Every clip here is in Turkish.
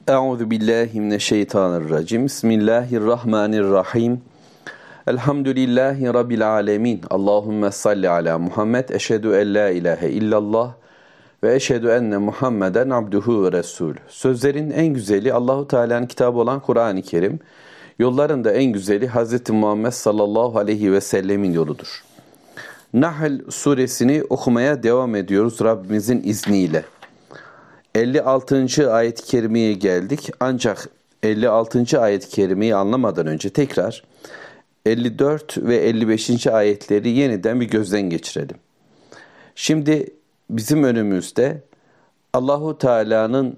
Euzu billahi mineşşeytanirracim. Bismillahirrahmanirrahim. Elhamdülillahi rabbil alamin. Allahumme salli ala Muhammed. Eşhedü en la ilahe illallah ve eşhedü enne Muhammeden abduhu ve resulü. Sözlerin en güzeli Allahu Teala'nın kitabı olan Kur'an-ı Kerim. Yolların da en güzeli Hz. Muhammed sallallahu aleyhi ve sellemin yoludur. Nahl suresini okumaya devam ediyoruz Rabbimizin izniyle. 56. ayet-i kerimeye geldik. Ancak 56. ayet-i kerimeyi anlamadan önce tekrar 54 ve 55. ayetleri yeniden bir gözden geçirelim. Şimdi bizim önümüzde Allahu Teala'nın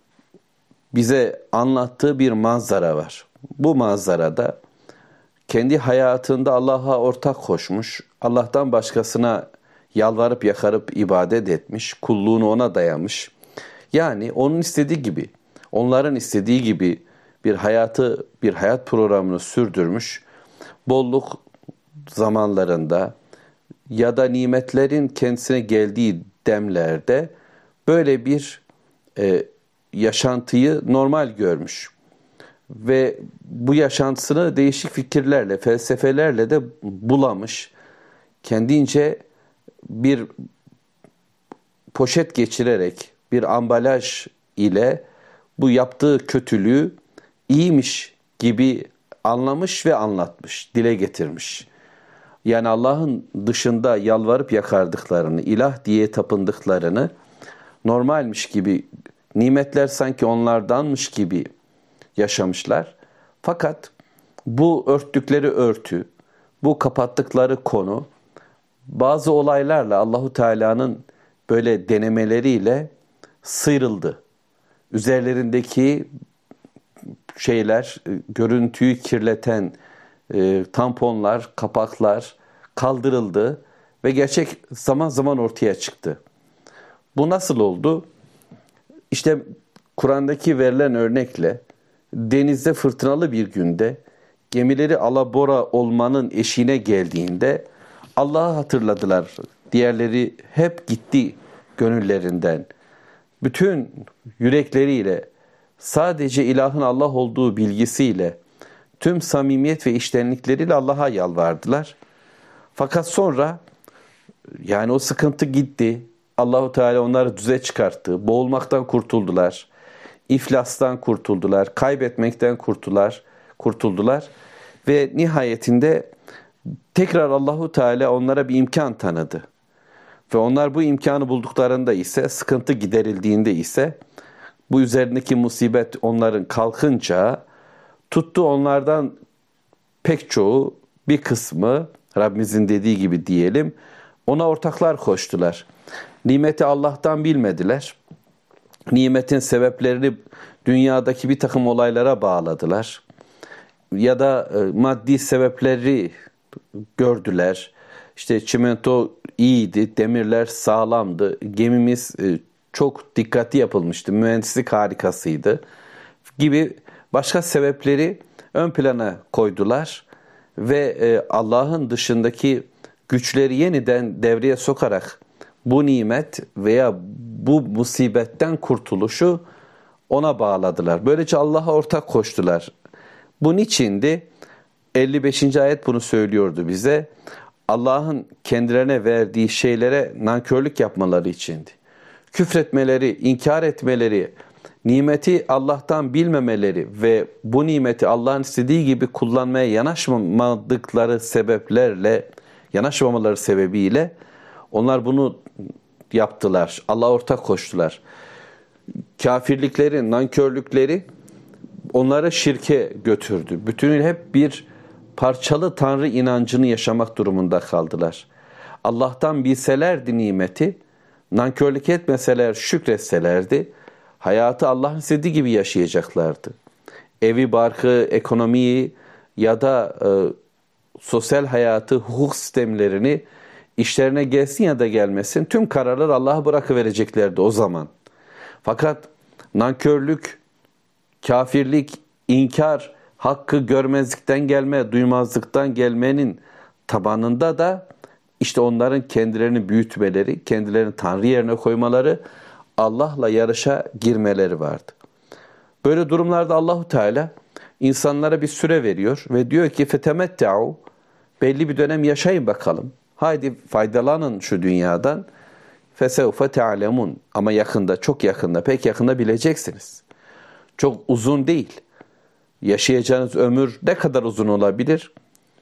bize anlattığı bir manzara var. Bu manzarada kendi hayatında Allah'a ortak koşmuş, Allah'tan başkasına yalvarıp yakarıp ibadet etmiş, kulluğunu ona dayamış. Yani onun istediği gibi, onların istediği gibi bir hayat programını sürdürmüş, bolluk zamanlarında ya da nimetlerin kendisine geldiği demlerde böyle bir yaşantıyı normal görmüş. Ve bu yaşantısını değişik fikirlerle, felsefelerle de bulamış. Kendince bir poşet geçirerek, bir ambalaj ile bu yaptığı kötülüğü iyiymiş gibi anlamış ve anlatmış, dile getirmiş. Yani Allah'ın dışında yalvarıp yakardıklarını, ilah diye tapındıklarını normalmiş gibi, nimetler sanki onlardanmış gibi yaşamışlar. Fakat bu örttükleri örtü, bu kapattıkları konu bazı olaylarla Allahu Teala'nın böyle denemeleriyle sıyrıldı. Üzerlerindeki şeyler, görüntüyü kirleten tamponlar, kapaklar kaldırıldı ve gerçek zaman zaman ortaya çıktı. Bu nasıl oldu? İşte Kur'an'daki verilen örnekle denizde fırtınalı bir günde gemileri alabora olmanın eşiğine geldiğinde Allah'ı hatırladılar. Diğerleri hep gitti gönüllerinden. Bütün yürekleriyle, sadece ilahın Allah olduğu bilgisiyle, tüm samimiyet ve içtenlikleriyle Allah'a yalvardılar. Fakat sonra yani o sıkıntı gitti. Allahu Teala onları düze çıkarttı. Boğulmaktan kurtuldular. İflastan kurtuldular. Kaybetmekten kurtuldular. Ve nihayetinde tekrar Allahu Teala onlara bir imkan tanıdı. Ve onlar bu imkanı bulduklarında ise, sıkıntı giderildiğinde ise, bu üzerindeki musibet onların kalkınca tuttu, onlardan pek çoğu, bir kısmı, Rabbimizin dediği gibi diyelim, ona ortaklar koştular. Nimeti Allah'tan bilmediler. Nimetin sebeplerini dünyadaki bir takım olaylara bağladılar. Ya da maddi sebepleri gördüler. İşte çimento iyiydi, demirler sağlamdı, gemimiz çok dikkatli yapılmıştı, mühendislik harikasıydı gibi başka sebepleri ön plana koydular ve Allah'ın dışındaki güçleri yeniden devreye sokarak bu nimet veya bu musibetten kurtuluşu ona bağladılar. Böylece Allah'a ortak koştular. Bunun içindi 55. ayet bunu söylüyordu bize. Allah'ın kendilerine verdiği şeylere nankörlük yapmaları içindi. Küfretmeleri, inkar etmeleri, nimeti Allah'tan bilmemeleri ve bu nimeti Allah'ın istediği gibi kullanmaya yanaşmamaları sebebiyle onlar bunu yaptılar. Allah'a ortak koştular. Kafirlikleri, nankörlükleri onları şirke götürdü. Bütünüyle hep bir parçalı Tanrı inancını yaşamak durumunda kaldılar. Allah'tan bilselerdi nimeti, nankörlük etmeseler, şükretselerdi, hayatı Allah'ın istediği gibi yaşayacaklardı. Evi, barkı, ekonomiyi ya da sosyal hayatı, hukuk sistemlerini işlerine gelsin ya da gelmesin tüm kararları Allah'a bırakıvereceklerdi o zaman. Fakat nankörlük, kafirlik, inkar, hakkı görmezlikten gelme, duymazlıktan gelmenin tabanında da işte onların kendilerini büyütmeleri, kendilerini Tanrı yerine koymaları, Allah'la yarışa girmeleri vardı. Böyle durumlarda Allahu Teala insanlara bir süre veriyor ve diyor ki fetemetta'u, belli bir dönem yaşayın bakalım. Haydi faydalanın şu dünyadan. Fesevfe te'alemun, ama yakında, çok yakında, pek yakında bileceksiniz. Çok uzun değil. Yaşayacağınız ömür ne kadar uzun olabilir?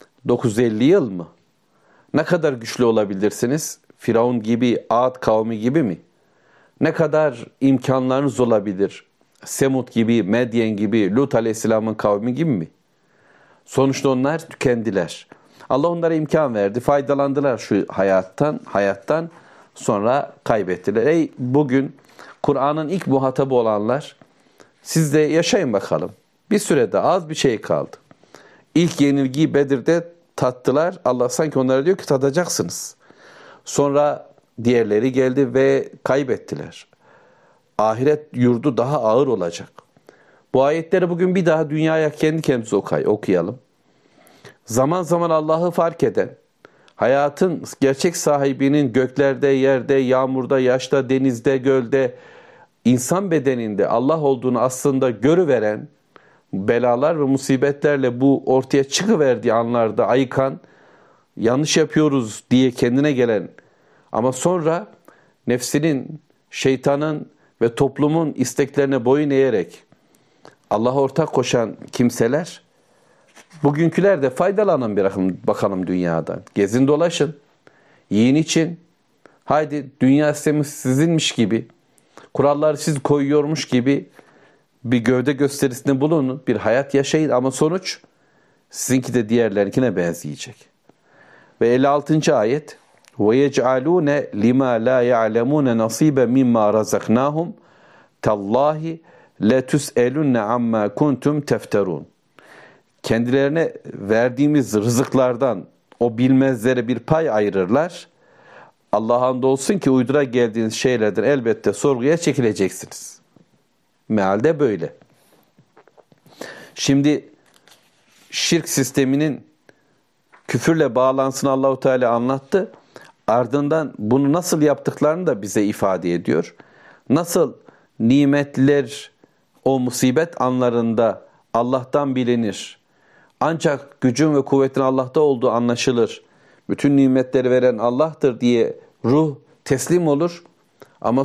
950 yıl mı? Ne kadar güçlü olabilirsiniz? Firavun gibi, Ad kavmi gibi mi? Ne kadar imkanlarınız olabilir? Semud gibi, Medyen gibi, Lut Aleyhisselam'ın kavmi gibi mi? Sonuçta onlar tükendiler. Allah onlara imkan verdi, faydalandılar şu hayattan, sonra kaybettiler. Ey bugün Kur'an'ın ilk muhatabı olanlar, siz de yaşayın bakalım. Bir sürede az bir şey kaldı. İlk yenilgiyi Bedir'de tattılar. Allah sanki onlara diyor ki tadacaksınız. Sonra diğerleri geldi ve kaybettiler. Ahiret yurdu daha ağır olacak. Bu ayetleri bugün bir daha dünyaya kendi kendimize okuyalım. Zaman zaman Allah'ı fark eden, hayatın gerçek sahibinin göklerde, yerde, yağmurda, yaşta, denizde, gölde, insan bedeninde Allah olduğunu aslında görüveren, belalar ve musibetlerle bu ortaya çıkıverdiği anlarda ayıkan, yanlış yapıyoruz diye kendine gelen ama sonra nefsinin, şeytanın ve toplumun isteklerine boyun eğerek Allah'a ortak koşan kimseler, bugünküler de faydalanın bakalım dünyadan. Gezin dolaşın, yiyin için. Haydi dünya sistemi sizinmiş gibi, kuralları siz koyuyormuş gibi bir gövde gösterisinde bulunun, bir hayat yaşayın ama sonuç sizinki de diğerlerinkine benzeyecek. Ve 56. ayet وَيَجْعَلُونَ لِمَا لَا يَعْلَمُونَ نَصِيبًا مِمَّا رَزَقْنَاهُمْ تَاللّٰهِ لَتُسْأَلُنَّ عَمَّا كُنْتُمْ تَفْتَرُونَ. Kendilerine verdiğimiz rızıklardan o bilmezlere bir pay ayırırlar. Allah'a andolsun ki uydura geldiğiniz şeylerden elbette sorguya çekileceksiniz. Mealde böyle. Şimdi şirk sisteminin küfürle bağlantısını Allahu Teala anlattı. Ardından bunu nasıl yaptıklarını da bize ifade ediyor. Nasıl nimetler o musibet anlarında Allah'tan bilinir. Ancak gücün ve kuvvetin Allah'ta olduğu anlaşılır. Bütün nimetleri veren Allah'tır diye ruh teslim olur. Ama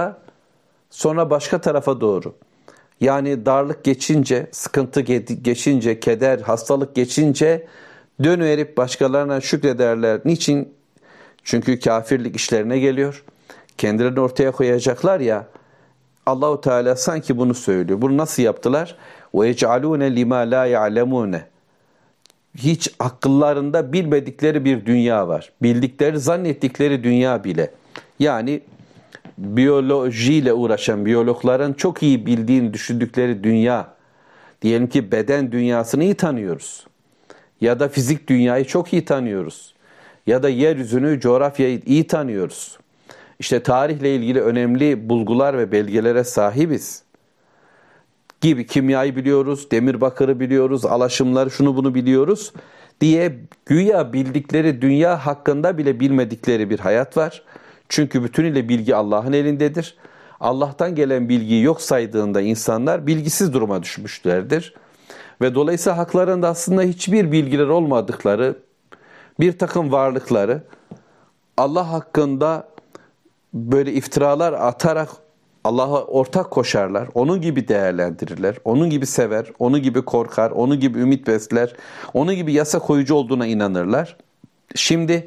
sonra başka tarafa doğru. Yani darlık geçince, sıkıntı geçince, keder, hastalık geçince dönüverip başkalarına şükrederler. Niçin? Çünkü kafirlik işlerine geliyor. Kendilerini ortaya koyacaklar ya. Allahu Teala sanki bunu söylüyor. Bunu nasıl yaptılar? وَيَجْعَلُونَ لِمَا لَا يَعْلَمُونَ. Hiç akıllarında bilmedikleri bir dünya var. Bildikleri, zannettikleri dünya bile. Yani biyolojiyle uğraşan biyologların çok iyi bildiğini düşündükleri dünya. Diyelim ki beden dünyasını iyi tanıyoruz. Ya da fizik dünyayı çok iyi tanıyoruz. Ya da yeryüzünü, coğrafyayı iyi tanıyoruz. İşte tarihle ilgili önemli bulgular ve belgelere sahibiz. Gibi kimyayı biliyoruz, demir bakırı biliyoruz, alaşımları şunu bunu biliyoruz diye güya bildikleri dünya hakkında bile bilmedikleri bir hayat var. Çünkü bütünüyle bilgi Allah'ın elindedir. Allah'tan gelen bilgiyi yok saydığında insanlar bilgisiz duruma düşmüşlerdir. Ve dolayısıyla haklarında aslında hiçbir bilgiler olmadıkları bir takım varlıkları Allah hakkında böyle iftiralar atarak Allah'a ortak koşarlar. Onun gibi değerlendirirler. Onun gibi sever. Onun gibi korkar. Onun gibi ümit besler. Onun gibi yasa koyucu olduğuna inanırlar. Şimdi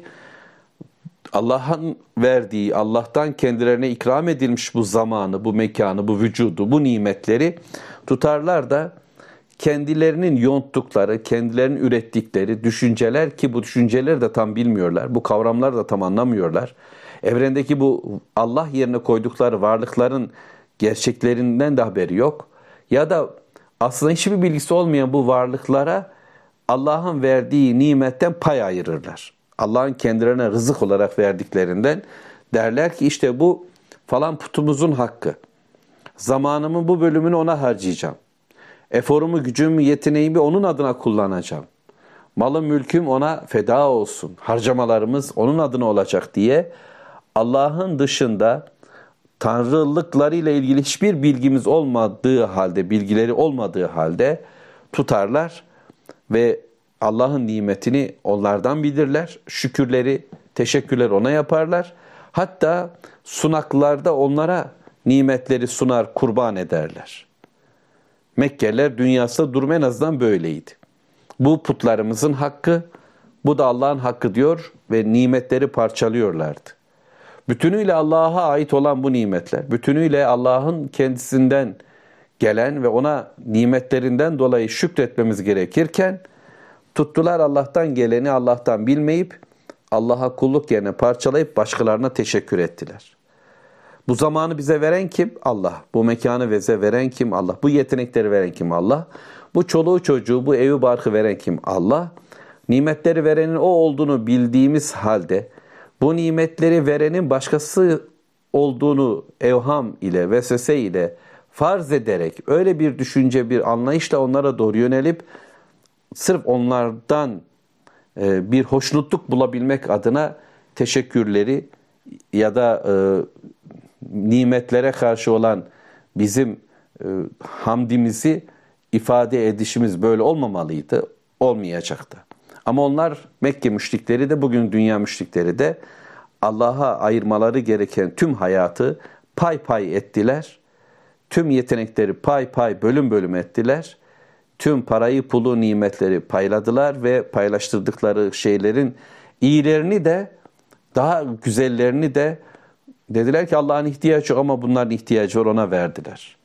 Allah'ın verdiği, Allah'tan kendilerine ikram edilmiş bu zamanı, bu mekanı, bu vücudu, bu nimetleri tutarlar da kendilerinin yonttukları, kendilerinin ürettikleri düşünceler, ki bu düşünceleri de tam bilmiyorlar, bu kavramları da tam anlamıyorlar. Evrendeki bu Allah yerine koydukları varlıkların gerçeklerinden de haberi yok. Ya da aslında hiçbir bilgisi olmayan bu varlıklara Allah'ın verdiği nimetten pay ayırırlar. Allah'ın kendilerine rızık olarak verdiklerinden derler ki işte bu falan putumuzun hakkı. Zamanımın bu bölümünü ona harcayacağım. Eforumu, gücümü, yeteneğimi onun adına kullanacağım. Malım, mülküm ona feda olsun. Harcamalarımız onun adına olacak diye Allah'ın dışında tanrılıklarıyla ilgili hiçbir bilgimiz olmadığı halde, bilgileri olmadığı halde tutarlar ve Allah'ın nimetini onlardan bilirler. Şükürleri, teşekkürler ona yaparlar. Hatta sunaklarda onlara nimetleri sunar, kurban ederler. Mekkeliler dünyasında durum en azından böyleydi. Bu putlarımızın hakkı, bu da Allah'ın hakkı diyor ve nimetleri parçalıyorlardı. Bütünüyle Allah'a ait olan bu nimetler, bütünüyle Allah'ın kendisinden gelen ve ona nimetlerinden dolayı şükretmemiz gerekirken, tuttular Allah'tan geleni Allah'tan bilmeyip, Allah'a kulluk yerine parçalayıp başkalarına teşekkür ettiler. Bu zamanı bize veren kim? Allah. Bu mekanı bize veren kim? Allah. Bu yetenekleri veren kim? Allah. Bu çoluğu çocuğu, bu evi barkı veren kim? Allah. Nimetleri verenin o olduğunu bildiğimiz halde, bu nimetleri verenin başkası olduğunu evham ile, vesvese ile farz ederek, öyle bir düşünce, bir anlayışla onlara doğru yönelip, sırf onlardan bir hoşnutluk bulabilmek adına teşekkürleri ya da nimetlere karşı olan bizim hamdimizi ifade edişimiz böyle olmamalıydı, olmayacaktı. Ama onlar Mekke müşrikleri de bugün dünya müşrikleri de Allah'a ayırmaları gereken tüm hayatı pay pay ettiler. Tüm yetenekleri pay pay, bölüm bölüm ettiler. Tüm parayı, pulu, nimetleri payladılar ve paylaştırdıkları şeylerin iyilerini de, daha güzellerini de dediler ki Allah'ın ihtiyacı yok ama bunların ihtiyacı var, ona verdiler.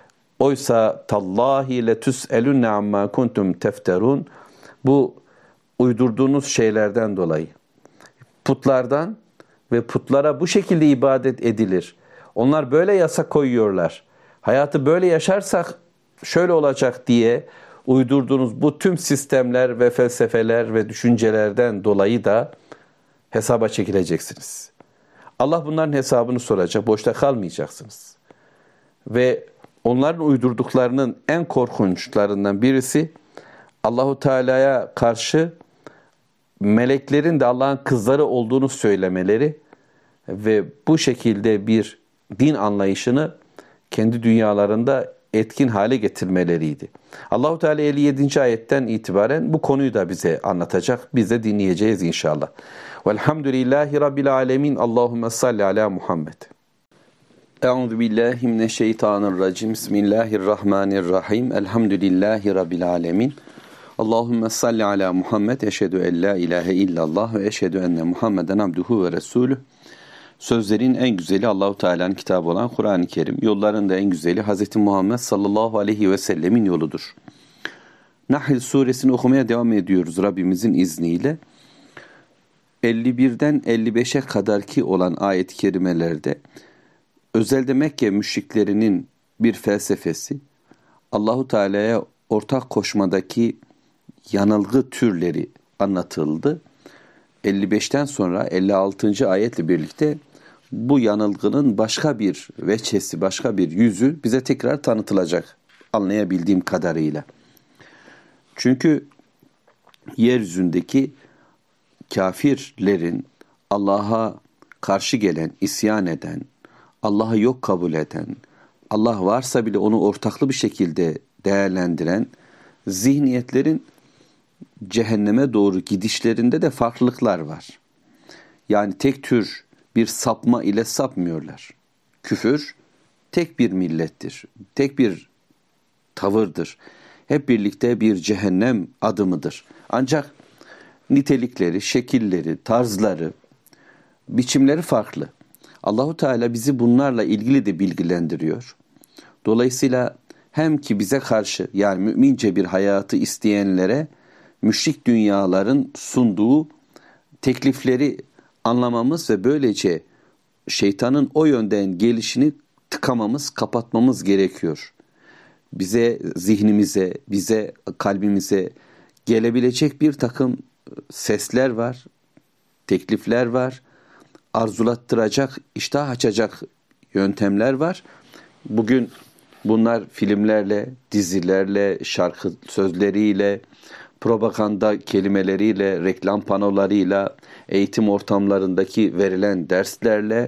Oysa tallahi letüselünne amma kuntum tefterun, bu uydurduğunuz şeylerden dolayı, putlardan ve putlara bu şekilde ibadet edilir. Onlar böyle yasa koyuyorlar. Hayatı böyle yaşarsak şöyle olacak diye uydurduğunuz bu tüm sistemler ve felsefeler ve düşüncelerden dolayı da hesaba çekileceksiniz. Allah bunların hesabını soracak, boşta kalmayacaksınız. Ve onların uydurduklarının en korkunçlarından birisi, Allahu Teala'ya karşı meleklerin de Allah'ın kızları olduğunu söylemeleri ve bu şekilde bir din anlayışını kendi dünyalarında etkin hale getirmeleriydi. Allahu Teala 57. ayetten itibaren bu konuyu da bize anlatacak. Biz de dinleyeceğiz inşallah. Velhamdülillahi Rabbil alemin. Allahümme salli ala Muhammed. Euzu billahi mineşşeytanirracim. Bismillahirrahmanirrahim. Elhamdülillahi Rabbil alemin. Allahümme salli ala Muhammed. Eşhedü en la ilahe illallah ve eşhedü enne Muhammeden abduhu ve resulüh. Sözlerin en güzeli Allahu Teala'nın kitabı olan Kur'an-ı Kerim. Yolların da en güzeli Hz. Muhammed sallallahu aleyhi ve sellemin yoludur. Nahl suresini okumaya devam ediyoruz Rabbimizin izniyle. 51'den 55'e kadarki olan ayet-i kerimelerde özelde Mekke müşriklerinin bir felsefesi, Allahu Teala'ya ortak koşmadaki yanılgı türleri anlatıldı. 55'ten sonra 56. ayetle birlikte bu yanılgının başka bir veçhesi, başka bir yüzü bize tekrar tanıtılacak anlayabildiğim kadarıyla. Çünkü yeryüzündeki kafirlerin, Allah'a karşı gelen, isyan eden, Allah'ı yok kabul eden, Allah varsa bile onu ortaklı bir şekilde değerlendiren zihniyetlerin cehenneme doğru gidişlerinde de farklılıklar var. Yani tek tür bir sapma ile sapmıyorlar. Küfür tek bir millettir, tek bir tavırdır. Hep birlikte bir cehennem adımıdır. Ancak nitelikleri, şekilleri, tarzları, biçimleri farklı. Allahu Teala bizi bunlarla ilgili de bilgilendiriyor. Dolayısıyla hem ki bize karşı, yani mümince bir hayatı isteyenlere müşrik dünyaların sunduğu teklifleri anlamamız ve böylece şeytanın o yönden gelişini tıkamamız, kapatmamız gerekiyor. Bize, zihnimize, bize, kalbimize gelebilecek bir takım sesler var, teklifler var, arzulattıracak, iştah açacak yöntemler var. Bugün bunlar filmlerle, dizilerle, şarkı sözleriyle, propaganda kelimeleriyle, reklam panolarıyla, eğitim ortamlarındaki verilen derslerle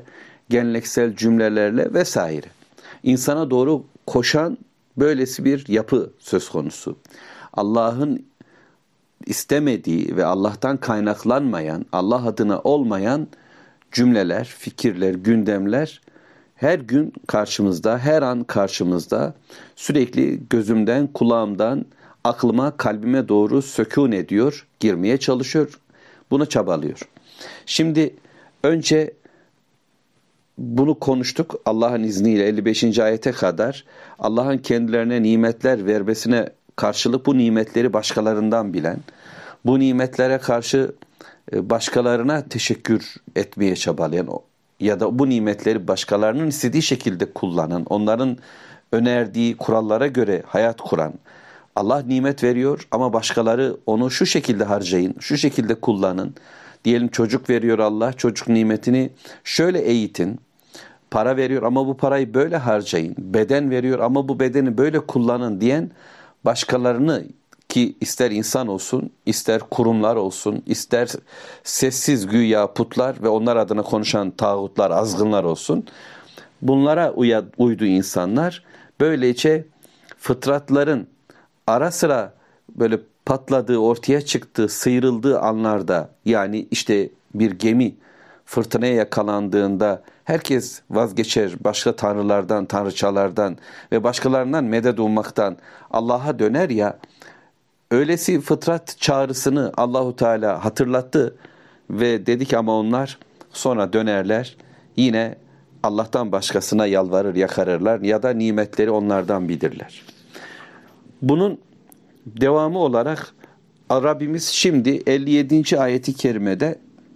geleneksel cümlelerle vesaire. İnsana doğru koşan böylesi bir yapı söz konusu. Allah'ın istemediği ve Allah'tan kaynaklanmayan, Allah adına olmayan cümleler, fikirler, gündemler her gün karşımızda, her an karşımızda, sürekli gözümden, kulağımdan, aklıma, kalbime doğru sükûn ediyor, girmeye çalışıyor, bunu çabalıyor. Şimdi önce bunu konuştuk Allah'ın izniyle 55. ayete kadar. Allah'ın kendilerine nimetler vermesine karşılık bu nimetleri başkalarından bilen, bu nimetlere karşı başkalarına teşekkür etmeye çabalayan ya da bu nimetleri başkalarının istediği şekilde kullanan, onların önerdiği kurallara göre hayat kuran, Allah nimet veriyor ama başkaları onu şu şekilde harcayın, şu şekilde kullanın. Diyelim çocuk veriyor Allah, çocuk nimetini şöyle eğitin. Para veriyor ama bu parayı böyle harcayın. Beden veriyor ama bu bedeni böyle kullanın diyen başkalarını, ki ister insan olsun, ister kurumlar olsun, ister sessiz güya putlar ve onlar adına konuşan tağutlar, azgınlar olsun. Bunlara uydu insanlar. Böylece fıtratların ara sıra böyle patladığı, ortaya çıktığı, sıyrıldığı anlarda, yani işte bir gemi fırtınaya yakalandığında herkes vazgeçer başka tanrılardan, tanrıçalardan ve başkalarından medet ummaktan Allah'a döner ya, öylesi fıtrat çağrısını Allahu Teala hatırlattı ve dedi ki ama onlar sonra dönerler, yine Allah'tan başkasına yalvarır, yakarırlar ya da nimetleri onlardan bilirler. Bunun devamı olarak Rabbimiz şimdi 57. ayeti kerimede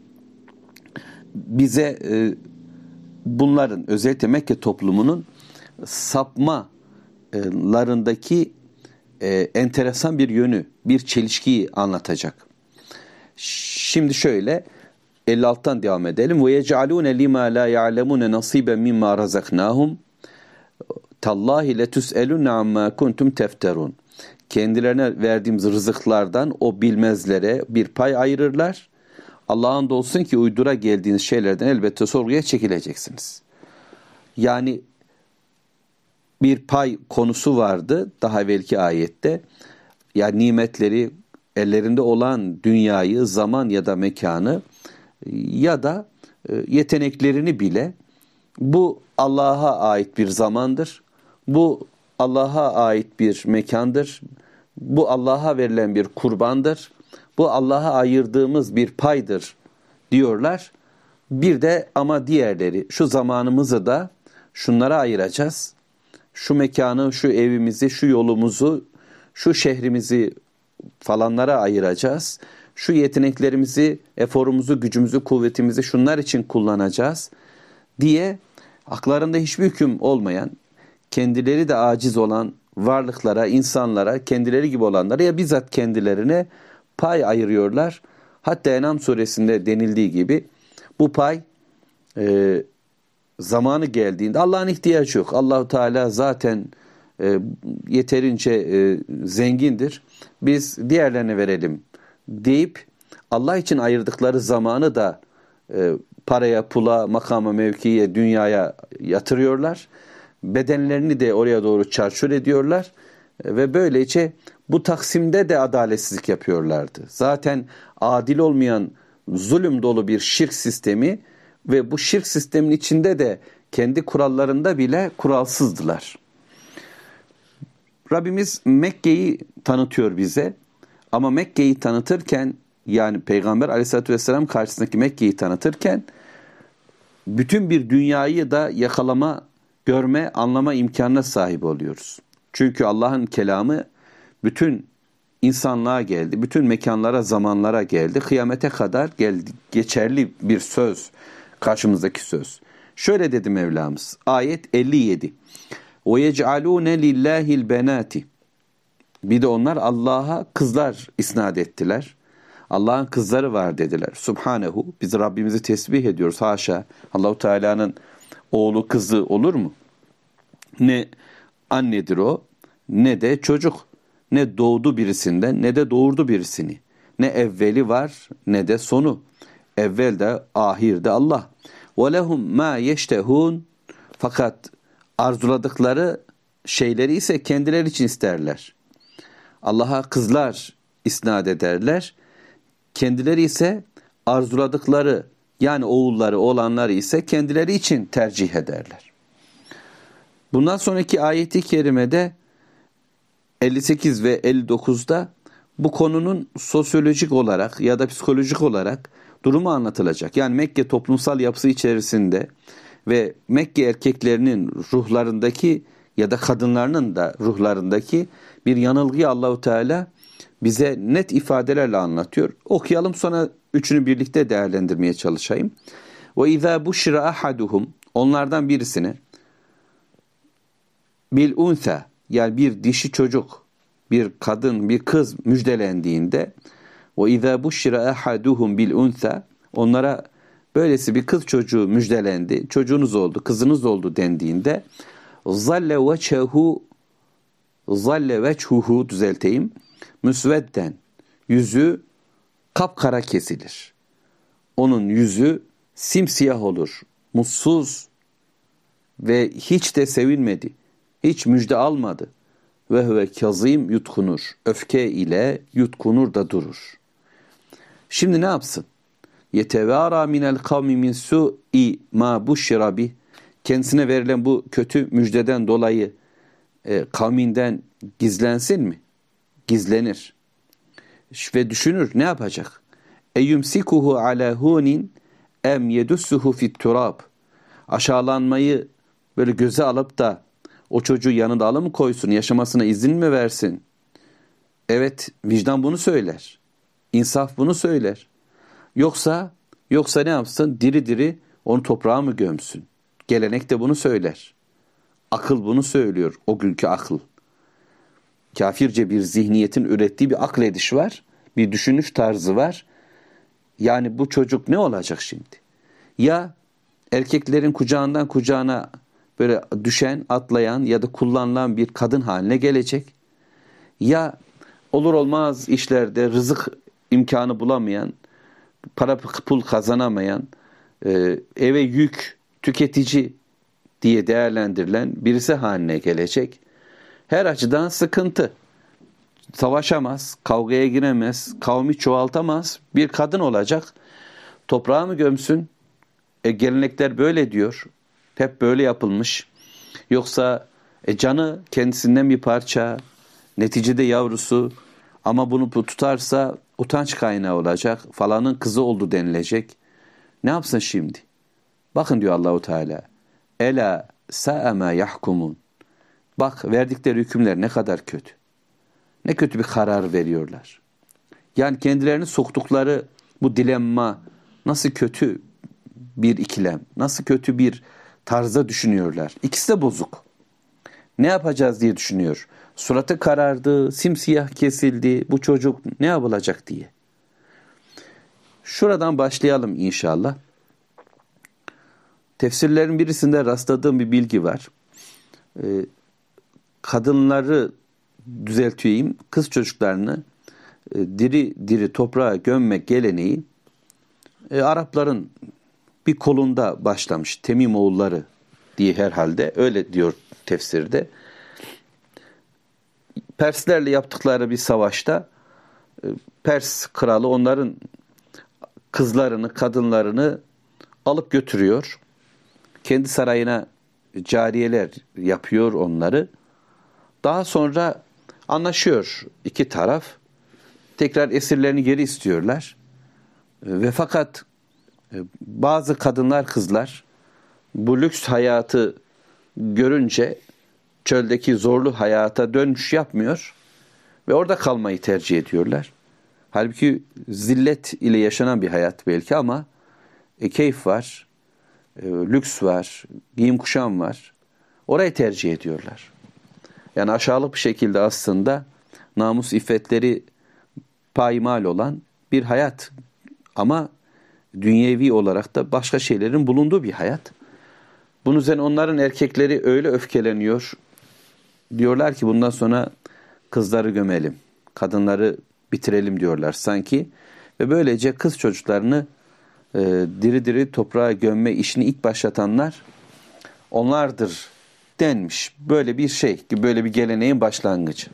bize bunların, özellikle Mekke toplumunun sapmalarındaki enteresan bir yönü, bir çelişkiyi anlatacak. Şimdi şöyle 56'tan devam edelim. Ve yec'alûne limâ lâ ya'lemûne nasîben mimmâ razaknâhum tallâhi letüs'elûne ammâ kuntum tefterûn. Kendilerine verdiğimiz rızıklardan o bilmezlere bir pay ayırırlar. Allah'ın olsun ki uydura geldiğiniz şeylerden elbette sorguya çekileceksiniz. Yani bir pay konusu vardı daha evvelki ayette. Yani nimetleri, ellerinde olan dünyayı, zaman ya da mekanı ya da yeteneklerini bile, bu Allah'a ait bir zamandır. Bu Allah'a ait bir mekandır. Bu Allah'a verilen bir kurbandır. Bu Allah'a ayırdığımız bir paydır diyorlar. Bir de ama diğerleri, şu zamanımızı da şunlara ayıracağız. Şu mekanı, şu evimizi, şu yolumuzu, şu şehrimizi falanlara ayıracağız. Şu yeteneklerimizi, eforumuzu, gücümüzü, kuvvetimizi şunlar için kullanacağız diye haklarında hiçbir hüküm olmayan, kendileri de aciz olan varlıklara, insanlara, kendileri gibi olanlara ya bizzat kendilerine pay ayırıyorlar. Hatta En'am suresinde denildiği gibi bu pay zamanı geldiğinde Allah'ın ihtiyacı yok. Allahu Teala zaten yeterince zengindir. Biz diğerlerine verelim deyip Allah için ayırdıkları zamanı da paraya, pula, makama, mevkiye, dünyaya yatırıyorlar. Bedenlerini de oraya doğru çarçur ediyorlar ve böylece bu taksimde de adaletsizlik yapıyorlardı. Zaten adil olmayan, zulüm dolu bir şirk sistemi ve bu şirk sistemin içinde de kendi kurallarında bile kuralsızdılar. Rabbimiz Mekke'yi tanıtıyor bize ama Mekke'yi tanıtırken, yani Peygamber Aleyhisselatü Vesselam karşısındaki Mekke'yi tanıtırken bütün bir dünyayı da yakalama, görme, anlama imkanına sahip oluyoruz. Çünkü Allah'ın kelamı bütün insanlığa geldi, bütün mekanlara, zamanlara geldi, kıyamete kadar geldi, geçerli bir söz, karşımızdaki söz. Şöyle dedi Mevlamız, ayet 57. وَيَجْعَلُونَ لِلّٰهِ الْبَنَاتِ. Bir de onlar Allah'a kızlar isnat ettiler. Allah'ın kızları var dediler. Subhanehu. Biz Rabbimizi tesbih ediyoruz. Haşa. Allahu Teala'nın oğlu kızı olur mu? Ne annedir o, ne de çocuk. Ne doğdu birisinden, ne de doğurdu birisini. Ne evveli var, ne de sonu. Evvel de, ahir de Allah. وَلَهُمْ مَا يَشْتَهُونَ Fakat arzuladıkları şeyleri ise kendileri için isterler. Allah'a kızlar isnat ederler. Kendileri ise arzuladıkları yani oğulları, oğlanları ise kendileri için tercih ederler. Bundan sonraki ayeti kerimede 58 ve 59'da bu konunun sosyolojik olarak ya da psikolojik olarak durumu anlatılacak. Yani Mekke toplumsal yapısı içerisinde ve Mekke erkeklerinin ruhlarındaki ya da kadınlarının da ruhlarındaki bir yanılgıyı Allahu Teala bize net ifadelerle anlatıyor. Okuyalım, sonra üçünü birlikte değerlendirmeye çalışayım. Ve izâ buşira ahaduhum onlardan birisine bil unsa yani bir dişi çocuk, bir kadın, bir kız müjdelendiğinde ve izâ buşira ahaduhum bil unsa onlara böylesi bir kız çocuğu müjdelendi, çocuğunuz oldu, kızınız oldu dendiğinde zalle veçhuhu düzelteyim. Müsvedden yüzü kapkara kesilir. Onun yüzü simsiyah olur. Mutsuz ve hiç de sevinmedi. Hiç müjde almadı. Ve huve kazim yutkunur. Öfke ile yutkunur da durur. Şimdi ne yapsın? Yetevara minel kavmi min su'i ma buşşira bih. Kendisine verilen bu kötü müjdeden dolayı kavminden gizlensin mi? Gizlenir. Ve düşünür, ne yapacak? Eyumsikuhu ala hunin em yedussuhu fit turab. Aşağılanmayı böyle göze alıp da o çocuğu yanında alı mı koysun, yaşamasına izin mi versin? Evet, vicdan bunu söyler. İnsaf bunu söyler. Yoksa ne yapsın? Diri diri onu toprağa mı gömsün? Gelenek de bunu söyler. Akıl bunu söylüyor, o günkü akıl. Kafirce bir zihniyetin ürettiği bir aklediş var, bir düşünüş tarzı var. Yani bu çocuk ne olacak şimdi? Ya erkeklerin kucağından kucağına böyle düşen, atlayan ya da kullanılan bir kadın haline gelecek. Ya olur olmaz işlerde rızık imkanı bulamayan, para pul kazanamayan, eve yük, tüketici diye değerlendirilen birisi haline gelecek. Her açıdan sıkıntı. Savaşamaz, kavgaya giremez, kavmi çoğaltamaz. Bir kadın olacak. Toprağa mı gömsün? Gelenekler böyle diyor. Hep böyle yapılmış. Yoksa canı kendisinden bir parça, neticede yavrusu ama bunu tutarsa utanç kaynağı olacak. Falanın kızı oldu denilecek. Ne yapsın şimdi? Bakın diyor Allahu Teala. Ela sa'a ma yahkumun. Bak verdikleri hükümler ne kadar kötü. Ne kötü bir karar veriyorlar. Yani kendilerini soktukları bu dilemma nasıl kötü bir ikilem, nasıl kötü bir tarzda düşünüyorlar. İkisi de bozuk. Ne yapacağız diye düşünüyor. Suratı karardı, simsiyah kesildi, bu çocuk ne yapılacak diye. Şuradan başlayalım inşallah. Tefsirlerin birisinde rastladığım bir bilgi var. Kadınları düzelteyim, kız çocuklarını diri diri toprağa gömmek geleneği Arapların bir kolunda başlamış. Temim oğulları diye herhalde öyle diyor tefsirde. Perslerle yaptıkları bir savaşta Pers kralı onların kızlarını, kadınlarını alıp götürüyor. Kendi sarayına cariyeler yapıyor onları. Daha sonra anlaşıyor iki taraf. Tekrar esirlerini geri istiyorlar. Ve fakat bazı kadınlar, kızlar bu lüks hayatı görünce çöldeki zorlu hayata dönüş yapmıyor ve orada kalmayı tercih ediyorlar. Halbuki zillet ile yaşanan bir hayat belki ama keyif var, lüks var, giyim kuşam var. Orayı tercih ediyorlar. Yani aşağılık bir şekilde aslında namus iffetleri payimal olan bir hayat. Ama dünyevi olarak da başka şeylerin bulunduğu bir hayat. Bunun üzerine onların erkekleri öyle öfkeleniyor. Diyorlar ki bundan sonra kızları gömelim, kadınları bitirelim diyorlar sanki. Ve böylece kız çocuklarını diri diri toprağa gömme işini ilk başlatanlar onlardır denmiş. Böyle bir şey, böyle bir geleneğin başlangıcı.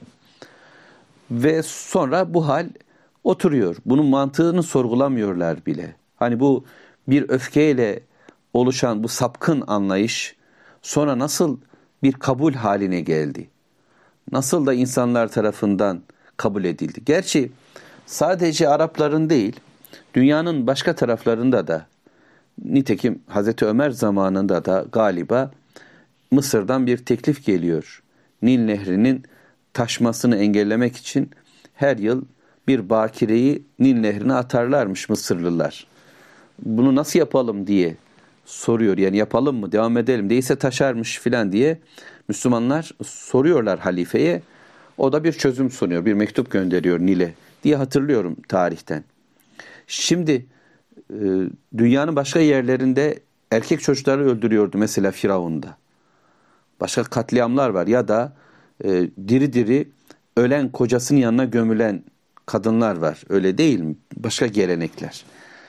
Ve sonra bu hal oturuyor. Bunun mantığını sorgulamıyorlar bile. Hani bu bir öfkeyle oluşan bu sapkın anlayış sonra nasıl bir kabul haline geldi? Nasıl da insanlar tarafından kabul edildi? Gerçi sadece Arapların değil, dünyanın başka taraflarında da, nitekim Hazreti Ömer zamanında da galiba Mısır'dan bir teklif geliyor. Nil Nehri'nin taşmasını engellemek için her yıl bir bakireyi Nil Nehri'ne atarlarmış Mısırlılar. Bunu nasıl yapalım diye soruyor. Yani yapalım mı, devam edelim, değilse taşarmış filan diye Müslümanlar soruyorlar halifeye. O da bir çözüm sunuyor, bir mektup gönderiyor Nil'e diye hatırlıyorum tarihten. Şimdi dünyanın başka yerlerinde erkek çocukları öldürüyordu mesela Firavun'da. Başka katliamlar var ya da diri diri ölen kocasının yanına gömülen kadınlar var. Öyle değil mi? Başka gelenekler.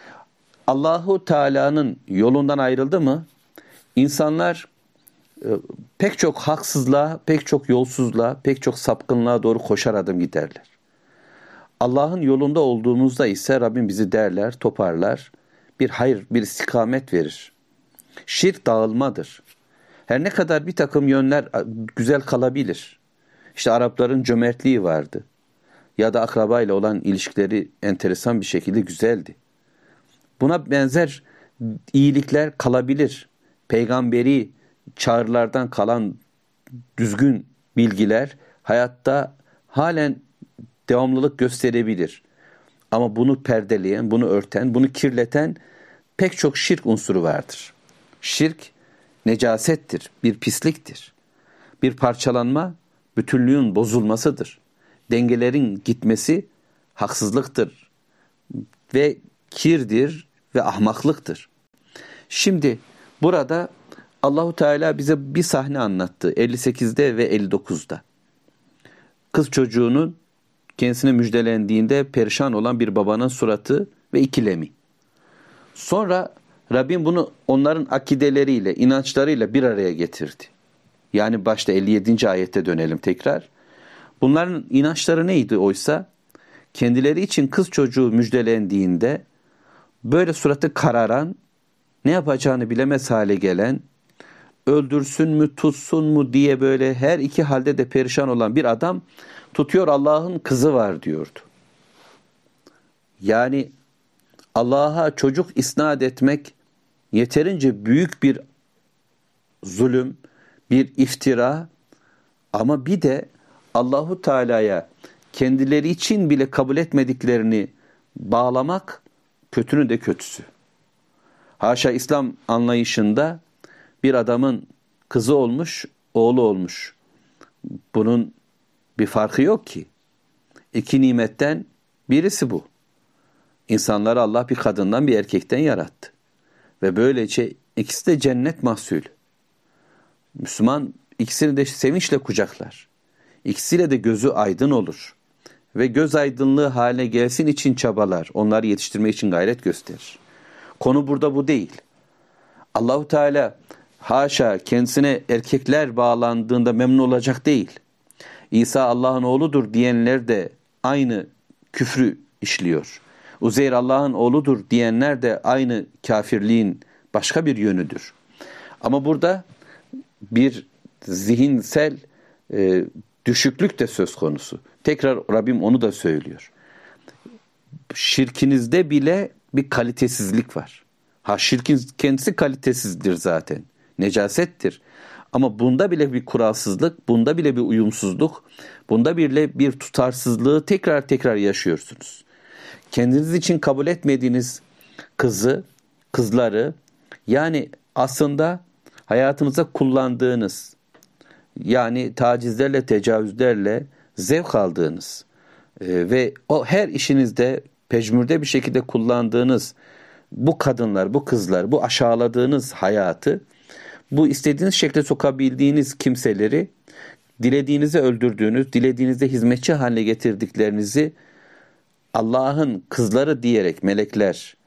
Allahu Teala'nın yolundan ayrıldı mı insanlar pek çok haksızlığa, pek çok yolsuzluğa, pek çok sapkınlığa doğru koşar adım giderler. Allah'ın yolunda olduğumuzda ise Rabbim bizi derler, toparlar, bir hayır, bir istikamet verir. Şirk dağılmadır. Her ne kadar bir takım yönler güzel kalabilir. İşte Arapların cömertliği vardı. Ya da akrabayla olan ilişkileri enteresan bir şekilde güzeldi. Buna benzer iyilikler kalabilir. Peygamberi çağrılardan kalan düzgün bilgiler hayatta halen devamlılık gösterebilir. Ama bunu perdeleyen, bunu örten, bunu kirleten pek çok şirk unsuru vardır. Şirk necasettir, bir pisliktir. Bir parçalanma, bütünlüğün bozulmasıdır. Dengelerin gitmesi haksızlıktır ve kirdir ve ahmaklıktır. Şimdi burada Allahu Teala bize bir sahne anlattı 58'de ve 59'da. Kız çocuğunun kendisine müjdelendiğinde perişan olan bir babanın suratı ve ikilemi. Sonra Rabbim bunu onların akideleriyle, inançlarıyla bir araya getirdi. Yani başta 57. ayette dönelim tekrar. Bunların inançları neydi oysa? Kendileri için kız çocuğu müjdelendiğinde böyle suratı kararan, ne yapacağını bilemez hale gelen, öldürsün mü tutsun mu diye böyle her iki halde de perişan olan bir adam tutuyor Allah'ın kızı var diyordu. Yani Allah'a çocuk isnat etmek yeterince büyük bir zulüm, bir iftira ama bir de Allahu Teala'ya kendileri için bile kabul etmediklerini bağlamak kötünün de kötüsü. Haşa İslam anlayışında bir adamın kızı olmuş, oğlu olmuş. Bunun bir farkı yok ki. İki nimetten birisi bu. İnsanları Allah bir kadından bir erkekten yarattı. Ve böylece ikisi de cennet mahsulü. Müslüman ikisini de sevinçle kucaklar. İkisiyle de gözü aydın olur. Ve göz aydınlığı haline gelsin için çabalar. Onları yetiştirmek için gayret gösterir. Konu burada bu değil. Allahu Teala haşa kendisine erkekler bağlandığında memnun olacak değil. İsa Allah'ın oğludur diyenler de aynı küfrü işliyor. Uzeyr Allah'ın oğludur diyenler de aynı kafirliğin başka bir yönüdür. Ama burada bir zihinsel düşüklük de söz konusu. Tekrar Rabbim onu da söylüyor. Şirkinizde bile bir kalitesizlik var. Şirkin kendisi kalitesizdir zaten. Necasettir. Ama bunda bile bir kuralsızlık, bunda bile bir uyumsuzluk, bunda bile bir tutarsızlığı tekrar tekrar yaşıyorsunuz. Kendiniz için kabul etmediğiniz kızları yani aslında hayatınıza kullandığınız, yani tacizlerle, tecavüzlerle zevk aldığınız ve o her işinizde pejmürde bir şekilde kullandığınız bu kadınlar, bu kızlar, bu aşağıladığınız hayatı, bu istediğiniz şekilde sokabildiğiniz kimseleri dilediğinizi öldürdüğünüz, dilediğinizde hizmetçi haline getirdiklerinizi Allah'ın kızları diyerek melekler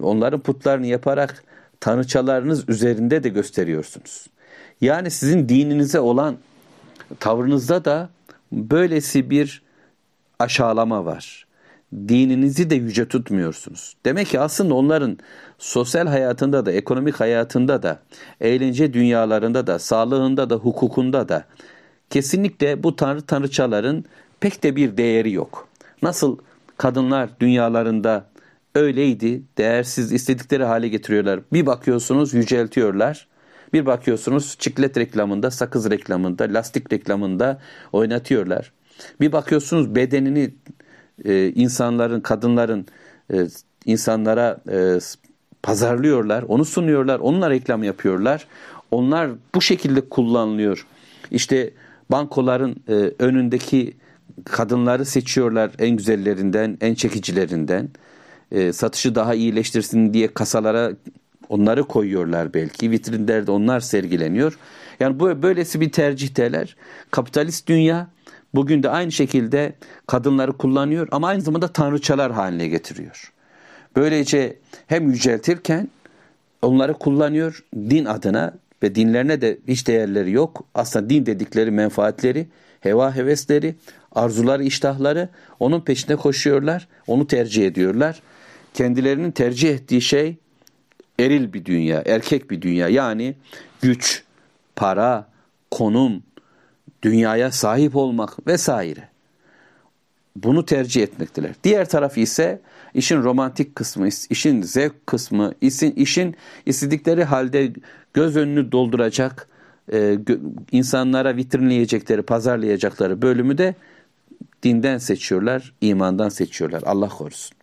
onların putlarını yaparak tanrıçalarınız üzerinde de gösteriyorsunuz. Yani sizin dininize olan tavrınızda da böylesi bir aşağılama var. Dininizi de yüce tutmuyorsunuz. Demek ki aslında onların sosyal hayatında da, ekonomik hayatında da, eğlence dünyalarında da, sağlığında da, hukukunda da kesinlikle bu tanrıçaların pek de bir değeri yok. Nasıl kadınlar dünyalarında öyleydi, değersiz, istedikleri hale getiriyorlar. Bir bakıyorsunuz yüceltiyorlar. Bir bakıyorsunuz çiklet reklamında, sakız reklamında, lastik reklamında oynatıyorlar. Bir bakıyorsunuz bedenini insanların, kadınların insanlara pazarlıyorlar, onu sunuyorlar, onunla reklam yapıyorlar. Onlar bu şekilde kullanılıyor. İşte bankoların önündeki kadınları seçiyorlar en güzellerinden, en çekicilerinden. Satışı daha iyileştirsin diye kasalara onları koyuyorlar belki. Vitrinlerde onlar sergileniyor. Yani böylesi bir tercihdeler. Kapitalist dünya bugün de aynı şekilde kadınları kullanıyor ama aynı zamanda tanrıçalar haline getiriyor. Böylece hem yüceltirken onları kullanıyor din adına ve dinlerine de hiç değerleri yok. Aslında din dedikleri menfaatleri, heva hevesleri, arzuları, iştahları onun peşinde koşuyorlar. Onu tercih ediyorlar. Kendilerinin tercih ettiği şey eril bir dünya, erkek bir dünya. Yani güç, para, konum, dünyaya sahip olmak vesaire. Bunu tercih etmekteler. Diğer taraf ise işin romantik kısmı, işin zevk kısmı, işin istedikleri halde göz önünü dolduracak, insanlara vitrinleyecekleri, pazarlayacakları bölümü de dinden seçiyorlar, imandan seçiyorlar. Allah korusun.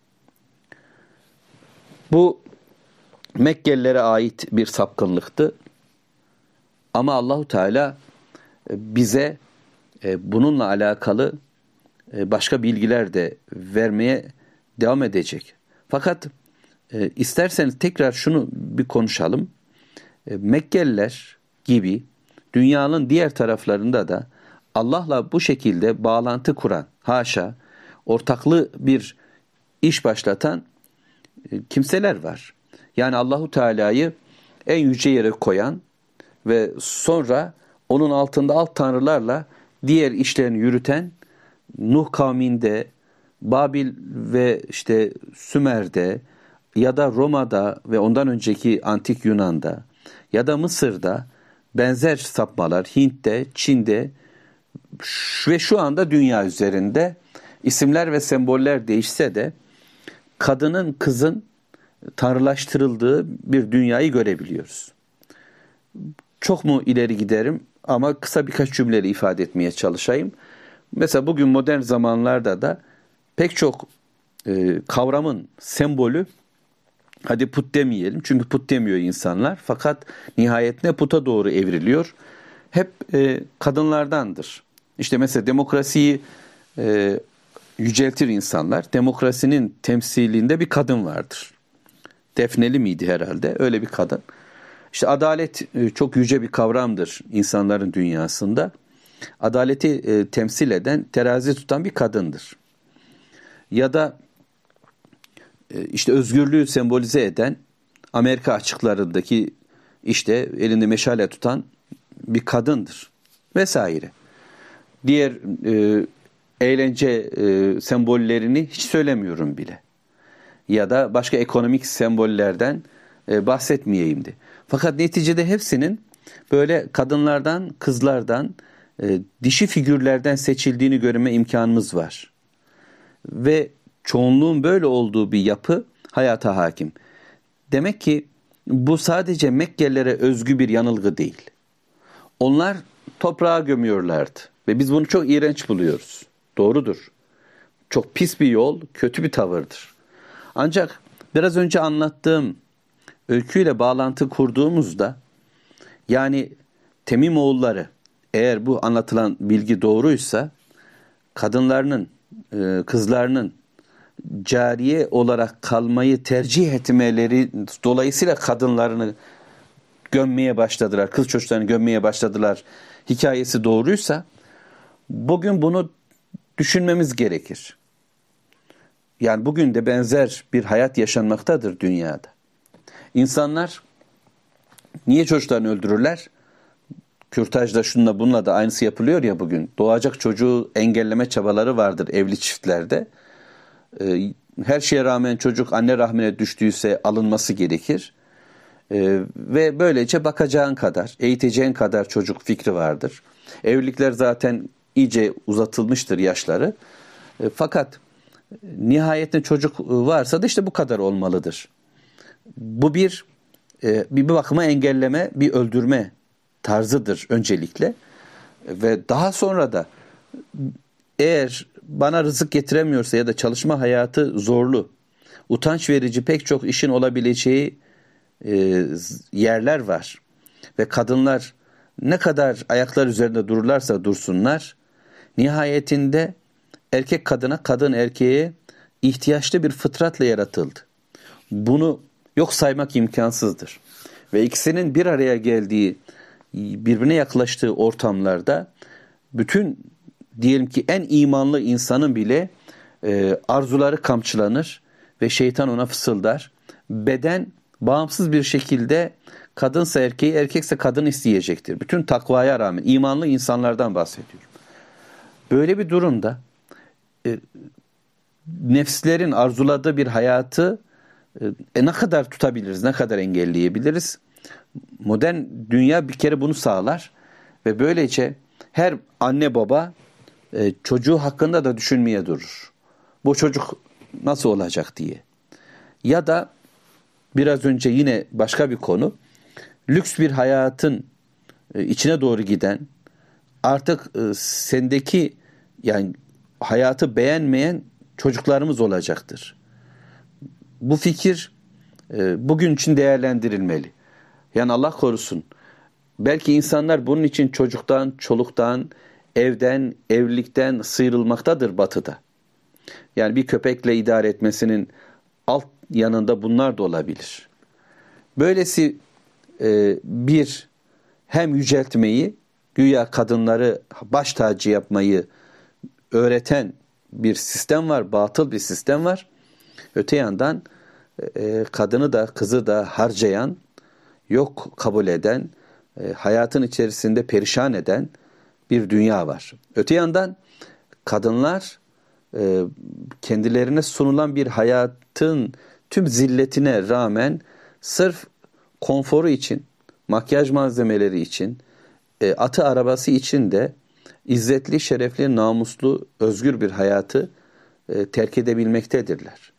Bu Mekkelilere ait bir sapkınlıktı. Ama Allahu Teala bize bununla alakalı başka bilgiler de vermeye devam edecek. Fakat isterseniz tekrar şunu bir konuşalım. Mekkeliler gibi dünyanın diğer taraflarında da Allah'la bu şekilde bağlantı kuran, haşa, ortaklı bir iş başlatan kimseler var. Yani Allahu Teala'yı en yüce yere koyan ve sonra onun altında alt tanrılarla diğer işlerini yürüten Nuh kavminde, Babil ve işte Sümer'de ya da Roma'da ve ondan önceki antik Yunan'da ya da Mısır'da benzer sapmalar Hint'te, Çin'de ve şu anda dünya üzerinde isimler ve semboller değişse de kadının, kızın tanrılaştırıldığı bir dünyayı görebiliyoruz. Çok mu ileri giderim ama kısa birkaç cümleyle ifade etmeye çalışayım. Mesela bugün modern zamanlarda da pek çok kavramın sembolü, hadi put demeyelim çünkü put demiyor insanlar, fakat nihayetinde puta doğru evriliyor. Hep kadınlardandır. İşte mesela demokrasiyi yüceltir insanlar. Demokrasinin temsilinde bir kadın vardır. Defneli miydi herhalde? Öyle bir kadın. İşte adalet çok yüce bir kavramdır insanların dünyasında. Adaleti temsil eden, terazi tutan bir kadındır. Ya da işte özgürlüğü sembolize eden, Amerika açıklarındaki işte elinde meşale tutan bir kadındır. Vesaire. Diğer eğlence sembollerini hiç söylemiyorum bile. Ya da başka ekonomik sembollerden bahsetmeyeyim de. Fakat neticede hepsinin böyle kadınlardan, kızlardan, dişi figürlerden seçildiğini görme imkanımız var. Ve çoğunluğun böyle olduğu bir yapı hayata hakim. Demek ki bu sadece Mekkelilere özgü bir yanılgı değil. Onlar toprağa gömüyorlardı ve biz bunu çok iğrenç buluyoruz. Doğrudur. Çok pis bir yol, kötü bir tavırdır. Ancak biraz önce anlattığım öyküyle bağlantı kurduğumuzda, yani Temim oğulları, eğer bu anlatılan bilgi doğruysa, kadınlarının, kızlarının cariye olarak kalmayı tercih etmeleri dolayısıyla kadınlarını gömmeye başladılar, kız çocuklarını gömmeye başladılar hikayesi doğruysa, bugün bunu düşünmemiz gerekir. Yani bugün de benzer bir hayat yaşanmaktadır dünyada. İnsanlar niye çocuklarını öldürürler? Kürtajda şununla bununla da aynısı yapılıyor ya bugün. Doğacak çocuğu engelleme çabaları vardır evli çiftlerde. Her şeye rağmen çocuk anne rahmine düştüyse alınması gerekir. Ve böylece bakacağın kadar, eğiteceğin kadar çocuk fikri vardır. Evlilikler zaten iyice uzatılmıştır yaşları. Fakat nihayetinde çocuk varsa da işte bu kadar olmalıdır. Bu bir bakıma engelleme, bir öldürme tarzıdır öncelikle. Ve daha sonra da eğer bana rızık getiremiyorsa ya da çalışma hayatı zorlu, utanç verici pek çok işin olabileceği yerler var. Ve kadınlar ne kadar ayaklar üzerinde dururlarsa dursunlar, nihayetinde erkek kadına, kadın erkeğe ihtiyaçlı bir fıtratla yaratıldı. Bunu yok saymak imkansızdır. Ve ikisinin bir araya geldiği, birbirine yaklaştığı ortamlarda bütün diyelim ki en imanlı insanın bile arzuları kamçılanır ve şeytan ona fısıldar. Beden bağımsız bir şekilde kadınsa erkeği, erkekse kadın isteyecektir. Bütün takvaya rağmen imanlı insanlardan bahsediyorum. Böyle bir durumda nefslerin arzuladığı bir hayatı ne kadar tutabiliriz, ne kadar engelleyebiliriz? Modern dünya bir kere bunu sağlar ve böylece her anne baba çocuğu hakkında da düşünmeye durur. Bu çocuk nasıl olacak diye. Ya da biraz önce yine başka bir konu, lüks bir hayatın içine doğru giden, artık sendeki yani hayatı beğenmeyen çocuklarımız olacaktır. Bu fikir bugün için değerlendirilmeli. Yani Allah korusun. Belki insanlar bunun için çocuktan, çoluktan, evden, evlilikten sıyrılmaktadır batıda. Yani bir köpekle idare etmesinin alt yanında bunlar da olabilir. Böylesi bir hem yüceltmeyi, güya kadınları baş tacı yapmayı öğreten bir sistem var, batıl bir sistem var. Öte yandan kadını da kızı da harcayan, yok kabul eden, hayatın içerisinde perişan eden bir dünya var. Öte yandan kadınlar kendilerine sunulan bir hayatın tüm zilletine rağmen sırf konforu için, makyaj malzemeleri için, atı arabası için de izzetli, şerefli, namuslu, özgür bir hayatı terk edebilmektedirler.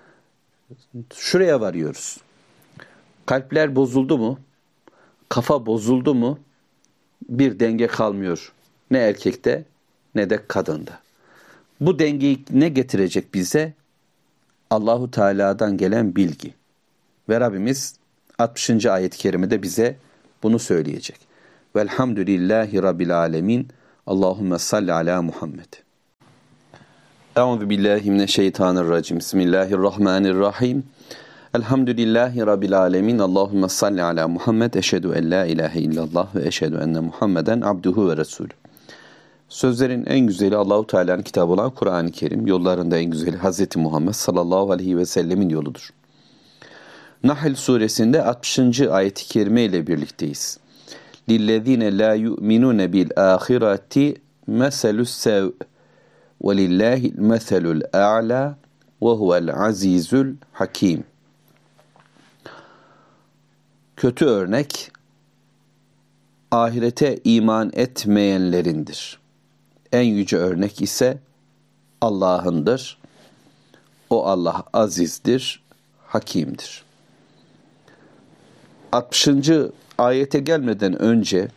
Şuraya varıyoruz. Kalpler bozuldu mu? Kafa bozuldu mu? Bir denge kalmıyor. Ne erkekte ne de kadında. Bu dengeyi ne getirecek bize? Allahu Teala'dan gelen bilgi. Ve Rabbimiz 60. ayet-i kerimede bize bunu söyleyecek. Velhamdülillahi Rabbil alemin. Allahümme salli ala Muhammed. Euzu billahi mineşşeytanirracim. Bismillahirrahmanirrahim. Elhamdülillahi Rabbil alemin. Allahümme salli ala Muhammed. Eşhedü en la ilahe illallah ve eşhedü enne Muhammeden abduhu ve resulü. Sözlerin en güzeli Allahu Teala'nın kitabı olan Kur'an-ı Kerim. Yollarında en güzeli Hz. Muhammed sallallahu aleyhi ve sellemin yoludur. Nahl suresinde 60. ayet-i kerime ile birlikteyiz. Lillezine la yu'minun bil ahireti meselus sev ve lillahil meselul a'la ve huvel azizul hakim. Kötü örnek ahirete iman etmeyenlerindir. En yüce örnek ise Allah'ındır. O Allah azizdir, hakimdir. 60. ayete gelmeden önce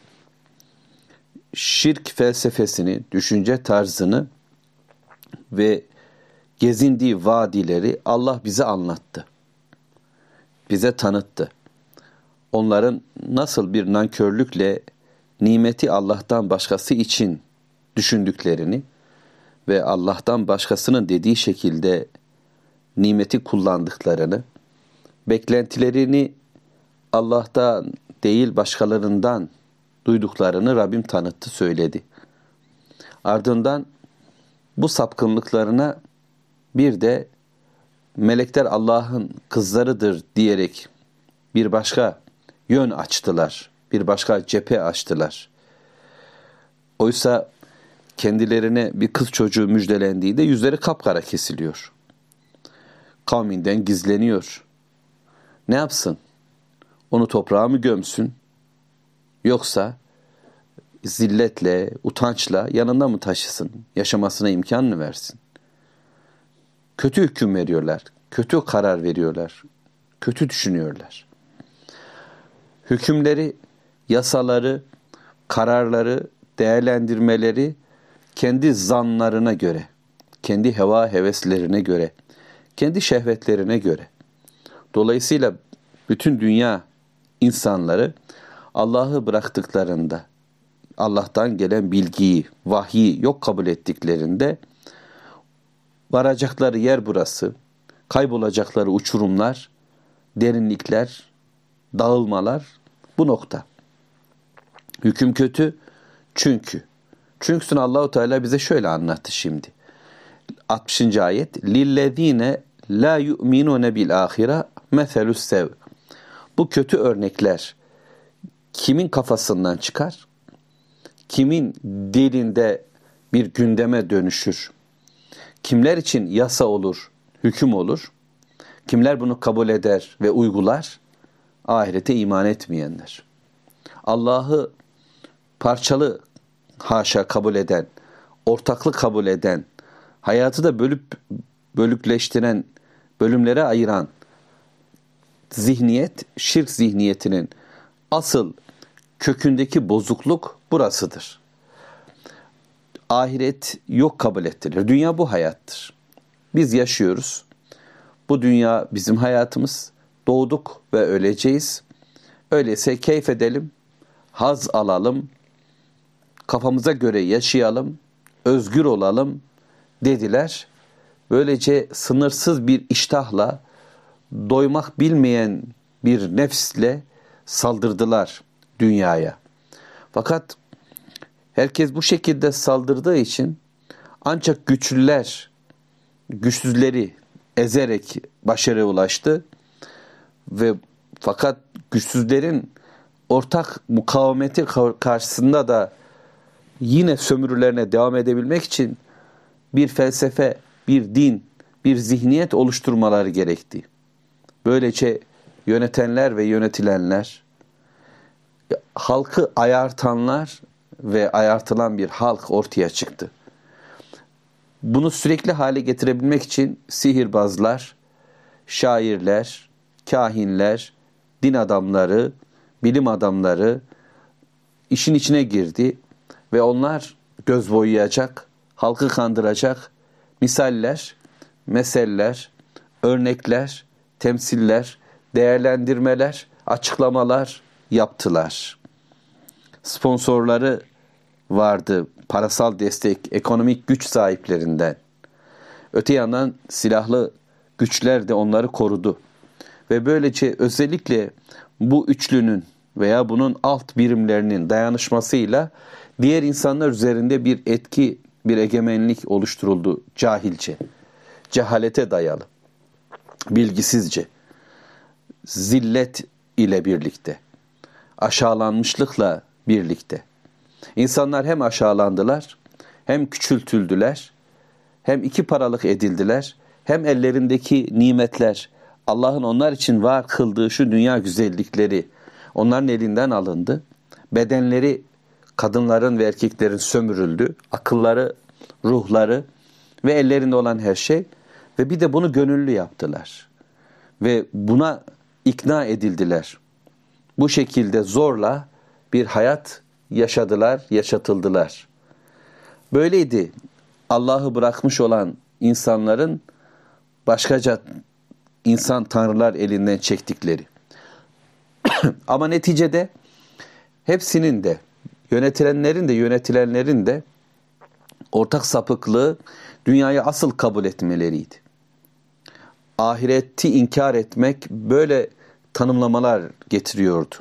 şirk felsefesini, düşünce tarzını ve gezindiği vadileri Allah bize anlattı. Bize tanıttı. Onların nasıl bir nankörlükle nimeti Allah'tan başkası için düşündüklerini ve Allah'tan başkasının dediği şekilde nimeti kullandıklarını, beklentilerini Allah'tan değil başkalarından duyduklarını Rabbim tanıttı, söyledi. Ardından bu sapkınlıklarına bir de melekler Allah'ın kızlarıdır diyerek bir başka yön açtılar, bir başka cephe açtılar. Oysa kendilerine bir kız çocuğu müjdelendiğinde yüzleri kapkara kesiliyor. Kavminden gizleniyor. Ne yapsın? Onu toprağa mı gömsün? Yoksa zilletle, utançla yanında mı taşısın? Yaşamasına imkan mı versin? Kötü hüküm veriyorlar, kötü karar veriyorlar, kötü düşünüyorlar. Hükümleri, yasaları, kararları, değerlendirmeleri kendi zanlarına göre, kendi heva heveslerine göre, kendi şehvetlerine göre. Dolayısıyla bütün dünya insanları Allah'ı bıraktıklarında, Allah'tan gelen bilgiyi, vahyi yok kabul ettiklerinde varacakları yer burası, kaybolacakları uçurumlar, derinlikler, dağılmalar bu nokta. Hüküm kötü Çünküsünü Allahu Teala bize şöyle anlattı şimdi. 60. ayet lillezine la yu'minune bil ahire meselus sev. Bu kötü örnekler kimin kafasından çıkar? Kimin dilinde bir gündeme dönüşür? Kimler için yasa olur, hüküm olur? Kimler bunu kabul eder ve uygular? Ahirete iman etmeyenler. Allah'ı parçalı haşa kabul eden, ortaklık kabul eden, hayatı da bölükleştiren, bölümlere ayıran zihniyet, şirk zihniyetinin asıl kökündeki bozukluk burasıdır. Ahiret yok kabul ettirilir. Dünya bu hayattır. Biz yaşıyoruz. Bu dünya bizim hayatımız. Doğduk ve öleceğiz. Öyleyse keyif edelim, haz alalım, kafamıza göre yaşayalım, özgür olalım dediler. Böylece sınırsız bir iştahla, doymak bilmeyen bir nefsle saldırdılar dünyaya. Fakat herkes bu şekilde saldırdığı için ancak güçlüler, güçsüzleri ezerek başarıya ulaştı. Fakat güçsüzlerin ortak mukavemeti karşısında da yine sömürülerine devam edebilmek için bir felsefe, bir din, bir zihniyet oluşturmaları gerekti. Böylece yönetenler ve yönetilenler, halkı ayartanlar ve ayartılan bir halk ortaya çıktı. Bunu sürekli hale getirebilmek için sihirbazlar, şairler, kahinler, din adamları, bilim adamları işin içine girdi ve onlar göz boyayacak, halkı kandıracak misaller, meseller, örnekler, temsiller, değerlendirmeler, açıklamalar yaptılar. Sponsorları vardı, parasal destek, ekonomik güç sahiplerinden. Öte yandan silahlı güçler de onları korudu. Ve böylece özellikle bu üçlünün veya bunun alt birimlerinin dayanışmasıyla diğer insanlar üzerinde bir etki, bir egemenlik oluşturuldu cahilce, cehalete dayalı, bilgisizce, zillet ile birlikte, aşağılanmışlıkla birlikte. İnsanlar hem aşağılandılar, hem küçültüldüler, hem iki paralık edildiler, hem ellerindeki nimetler, Allah'ın onlar için var kıldığı şu dünya güzellikleri onların elinden alındı. Bedenleri kadınların ve erkeklerin sömürüldü. Akılları, ruhları ve ellerinde olan her şey. Ve bir de bunu gönüllü yaptılar. Ve buna ikna edildiler. Bu şekilde zorla bir hayat yaşadılar, yaşatıldılar. Böyleydi Allah'ı bırakmış olan insanların başkaca insan tanrılar elinden çektikleri. Ama neticede hepsinin de, yönetilenlerin de yönetilenlerin de ortak sapıklığı dünyayı asıl kabul etmeleriydi. Ahireti inkar etmek böyle tanımlamalar getiriyordu.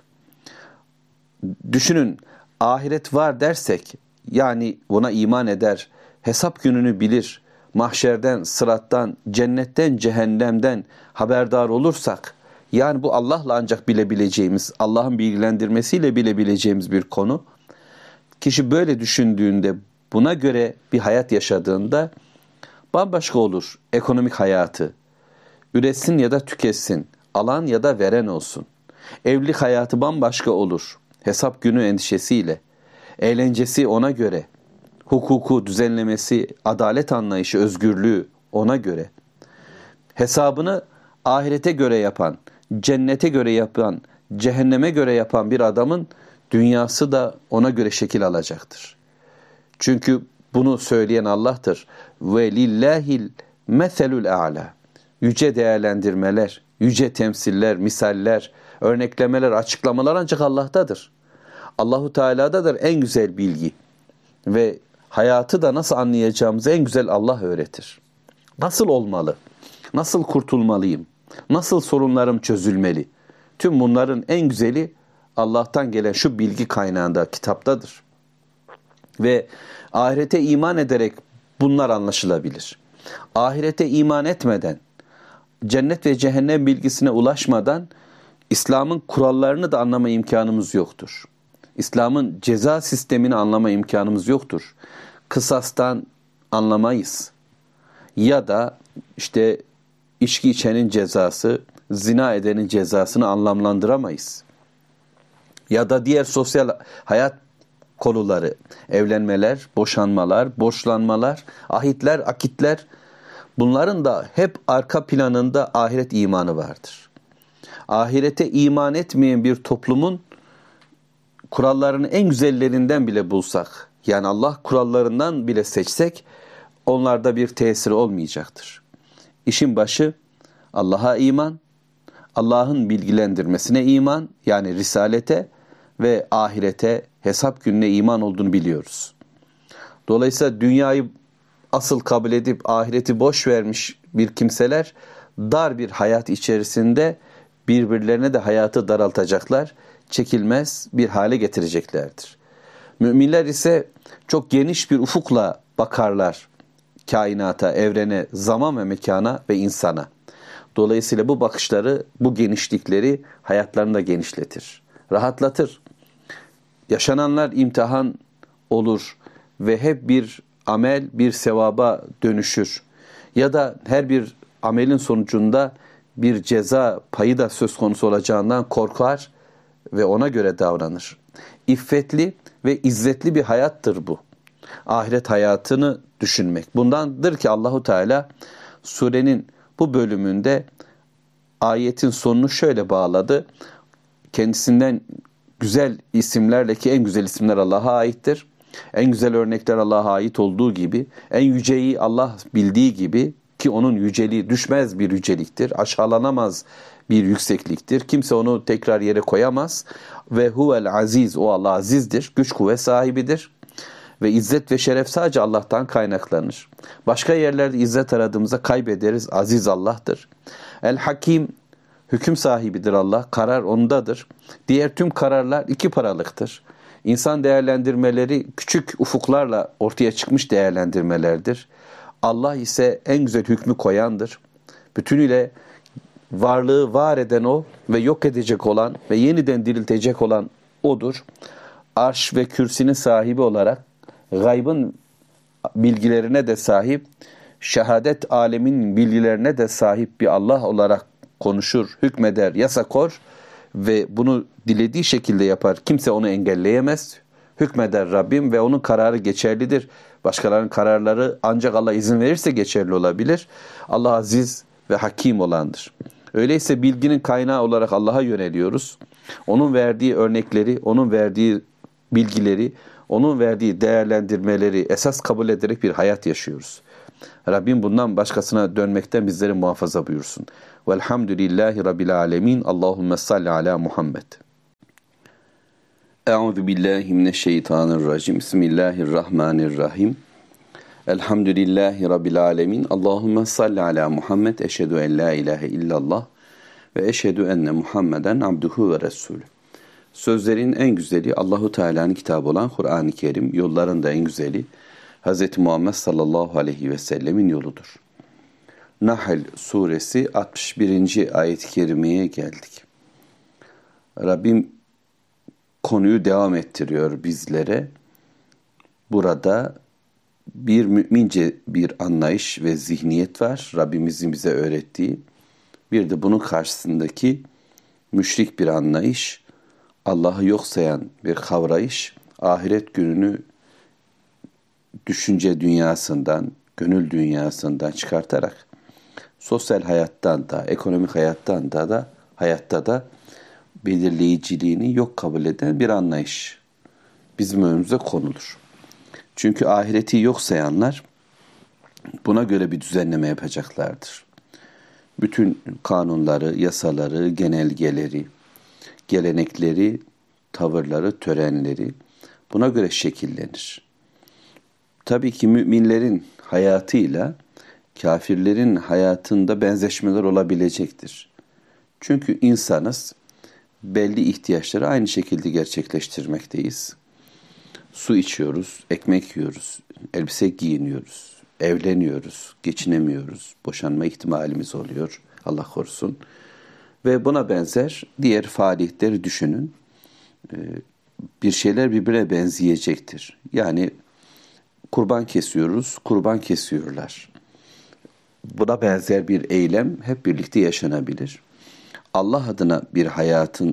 Düşünün, ahiret var dersek, yani buna iman eder, hesap gününü bilir, mahşerden, sırattan, cennetten, cehennemden haberdar olursak, Yani bu Allah'la ancak bilebileceğimiz, Allah'ın bilgilendirmesiyle bilebileceğimiz bir konu. Kişi böyle düşündüğünde, buna göre bir hayat yaşadığında bambaşka olur ekonomik hayatı. Üretsin ya da tüketsin, alan ya da veren olsun. Evlilik hayatı bambaşka olur. Hesap günü endişesiyle. Eğlencesi ona göre. Hukuku, düzenlemesi, adalet anlayışı, özgürlüğü ona göre. Hesabını ahirete göre yapan, cennete göre yapan, cehenneme göre yapan bir adamın dünyası da ona göre şekil alacaktır. Çünkü bunu söyleyen Allah'tır. Ve lillahil meselul a'la. Yüce değerlendirmeler, yüce temsiller, misaller, örneklemeler, açıklamalar ancak Allah'tadır. Allahu Teala'dadır en güzel bilgi ve hayatı da nasıl anlayacağımızı en güzel Allah öğretir. Nasıl olmalı? Nasıl kurtulmalıyım? Nasıl sorunlarım çözülmeli? Tüm bunların en güzeli Allah'tan gelen şu bilgi kaynağında, kitaptadır. Ve ahirete iman ederek bunlar anlaşılabilir. Ahirete iman etmeden, cennet ve cehennem bilgisine ulaşmadan İslam'ın kurallarını da anlama imkanımız yoktur. İslam'ın ceza sistemini anlama imkanımız yoktur. Kısastan anlamayız. Ya da işte içki içenin cezası, zina edenin cezasını anlamlandıramayız. Ya da diğer sosyal hayat konuları, evlenmeler, boşanmalar, borçlanmalar, ahitler, akitler, bunların da hep arka planında ahiret imanı vardır. Ahirete iman etmeyen bir toplumun kurallarını en güzellerinden bile bulsak, yani Allah kurallarından bile seçsek, onlarda bir tesiri olmayacaktır. İşin başı Allah'a iman, Allah'ın bilgilendirmesine iman, yani risalete ve ahirete, hesap gününe iman olduğunu biliyoruz. Dolayısıyla dünyayı asıl kabul edip ahireti boş vermiş bir kimseler dar bir hayat içerisinde birbirlerine de hayatı daraltacaklar, çekilmez bir hale getireceklerdir. Müminler ise çok geniş bir ufukla bakarlar kainata, evrene, zaman ve mekana ve insana. Dolayısıyla bu bakışları, bu genişlikleri hayatlarını da genişletir, rahatlatır. Yaşananlar imtihan olur ve hep bir amel bir sevaba dönüşür. Ya da her bir amelin sonucunda bir ceza payı da söz konusu olacağından korkar ve ona göre davranır. İffetli ve izzetli bir hayattır bu. Ahiret hayatını düşünmek. Bundandır ki Allahu Teala surenin bu bölümünde ayetin sonunu şöyle bağladı. Kendisinden güzel isimlerle, ki en güzel isimler Allah'a aittir. En güzel örnekler Allah'a ait olduğu gibi, en yüceyi Allah bildiği gibi, ki onun yüceliği düşmez bir yüceliktir, aşağılanamaz bir yüksekliktir. Kimse onu tekrar yere koyamaz. Ve huvel aziz, o Allah azizdir, güç kuvvet sahibidir. Ve izzet ve şeref sadece Allah'tan kaynaklanır. Başka yerlerde izzet aradığımızda kaybederiz. Aziz Allah'tır. El Hakim, hüküm sahibidir Allah. Karar ondadır. Diğer tüm kararlar iki paralıktır. İnsan değerlendirmeleri küçük ufuklarla ortaya çıkmış değerlendirmelerdir. Allah ise en güzel hükmü koyandır. Bütünüyle varlığı var eden o ve yok edecek olan ve yeniden diriltecek olan odur. Arş ve kürsinin sahibi olarak gaybın bilgilerine de sahip, şehadet alemin bilgilerine de sahip bir Allah olarak konuşur, hükmeder, yasa koyar ve bunu dilediği şekilde yapar. Kimse onu engelleyemez. Hükmeder Rabbim ve onun kararı geçerlidir. Başkalarının kararları ancak Allah izin verirse geçerli olabilir. Allah aziz ve hakim olandır. Öyleyse bilginin kaynağı olarak Allah'a yöneliyoruz. Onun verdiği örnekleri, onun verdiği bilgileri, onun verdiği değerlendirmeleri esas kabul ederek bir hayat yaşıyoruz. Rabbim bundan başkasına dönmekten bizleri muhafaza buyursun. Velhamdülillahi Rabbil alemin. Allahümme salli ala Muhammed. Euzu billahi mineşşeytanirracim. Bismillahirrahmanirrahim. Elhamdülillahi Rabbil alemin. Allahümme salli ala Muhammed. Eşhedü en la ilahe illallah ve eşhedü enne Muhammeden abduhu ve resulü. Sözlerin en güzeli Allahu Teala'nın kitabı olan Kur'an-ı Kerim, yolların da en güzeli Hz. Muhammed sallallahu aleyhi ve sellemin yoludur. Nahl suresi 61. ayet-i kerimeye geldik. Rabbim konuyu devam ettiriyor bizlere. Burada bir mümince bir anlayış ve zihniyet var. Rabbimizin bize öğrettiği. Bir de bunun karşısındaki müşrik bir anlayış, Allah'ı yok sayan bir kavrayış, ahiret gününü düşünce dünyasından, gönül dünyasından çıkartarak sosyal hayattan da, ekonomik hayattan da hayatta da belirleyiciliğini yok kabul eden bir anlayış bizim önümüze konulur. Çünkü ahireti yok sayanlar buna göre bir düzenleme yapacaklardır. Bütün kanunları, yasaları, genelgeleri, gelenekleri, tavırları, törenleri buna göre şekillenir. Tabii ki müminlerin hayatıyla kafirlerin hayatında benzeşmeler olabilecektir. Çünkü insanız, belli ihtiyaçları aynı şekilde gerçekleştirmekteyiz. Su içiyoruz, ekmek yiyoruz, elbise giyiniyoruz, evleniyoruz, geçinemiyoruz, boşanma ihtimalimiz oluyor, Allah korusun. Ve buna benzer diğer faaliyetleri düşünün. Bir şeyler birbirine benzeyecektir. Yani kurban kesiyoruz, kurban kesiyorlar. Buna benzer bir eylem hep birlikte yaşanabilir. Allah adına bir hayatın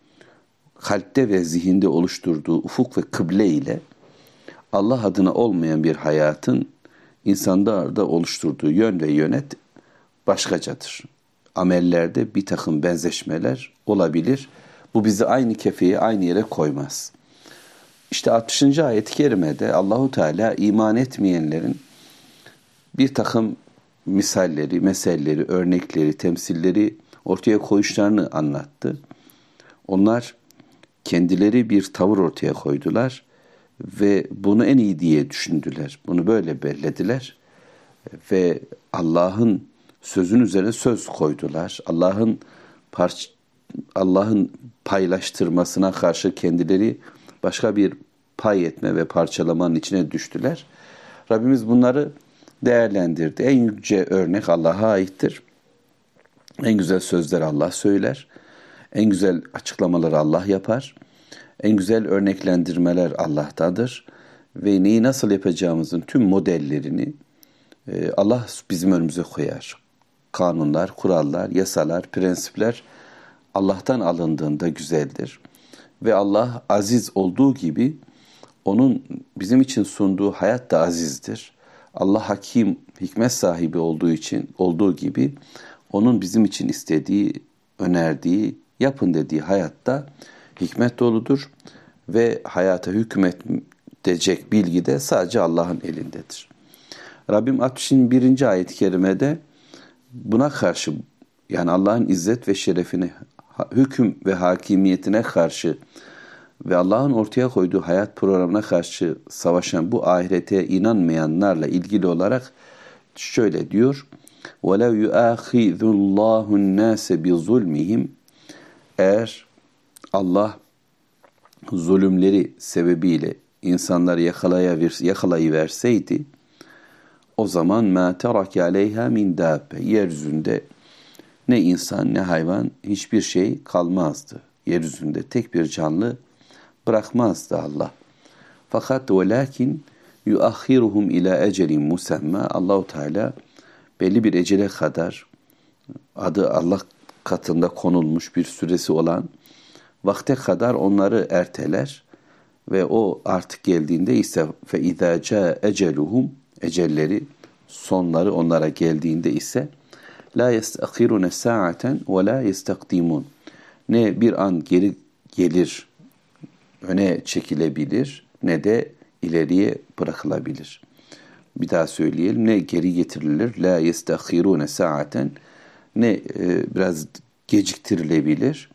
kalpte ve zihinde oluşturduğu ufuk ve kıble ile Allah adına olmayan bir hayatın insanlarda oluşturduğu yön ve yönet başkacadır. Amellerde bir takım benzeşmeler olabilir. Bu bizi aynı kefeye, aynı yere koymaz. İşte 60. ayet-i kerimede Allahu Teala iman etmeyenlerin bir takım misalleri, meselleri, örnekleri, temsilleri ortaya koyuşlarını anlattı. Onlar kendileri bir tavır ortaya koydular ve bunu en iyi diye düşündüler. Bunu böyle bellediler ve Allah'ın sözün üzerine söz koydular. Allah'ın paylaştırmasına karşı kendileri başka bir pay etme ve parçalamanın içine düştüler. Rabbimiz bunları değerlendirdi. En yüce örnek Allah'a aittir. En güzel sözler Allah söyler. En güzel açıklamaları Allah yapar. En güzel örneklendirmeler Allah'tadır. Ve neyi nasıl yapacağımızın tüm modellerini Allah bizim önümüze koyar. Kanunlar, kurallar, yasalar, prensipler Allah'tan alındığında güzeldir. Ve Allah aziz olduğu gibi onun bizim için sunduğu hayat da azizdir. Allah hakim, hikmet sahibi olduğu gibi onun bizim için istediği, önerdiği, yapın dediği hayatta hikmet doludur ve hayata hükmedecek bilgi de sadece Allah'ın elindedir. Rabbim 61. ayet-i kerimede buna karşı, yani Allah'ın izzet ve şerefine, hüküm ve hakimiyetine karşı ve Allah'ın ortaya koyduğu hayat programına karşı savaşan bu ahirete inanmayanlarla ilgili olarak şöyle diyor: وَلَوْ يُؤَخِذُ اللّٰهُ النَّاسَ بِظُلْمِهِمْ Eğer Allah zulümleri sebebiyle insanları yakalayıverseydi, o zaman مَا تَرَكَ عَلَيْهَا مِنْ دَابَّ Yeryüzünde ne insan ne hayvan, hiçbir şey kalmazdı. Yeryüzünde tek bir canlı bırakmazdı Allah. Fakat وَلَكِنْ يُؤَخِّرُهُمْ اِلَى اَجَلٍ مُسَمَّى Allahu Teala belli bir ecele kadar, adı Allah katında konulmuş bir süresi olan vakte kadar onları erteler ve o artık geldiğinde ise فَاِذَا جَاءَ اَجَلُهُمْ ecelleri, sonları onlara geldiğinde ise la yestakirune sa'aten ve la yestakdimun. Ne bir an geri gelir, öne çekilebilir, ne de ileriye bırakılabilir. Bir daha söyleyelim. Ne geri getirilir, la yestakirune sa'aten, ne biraz geciktirilebilir,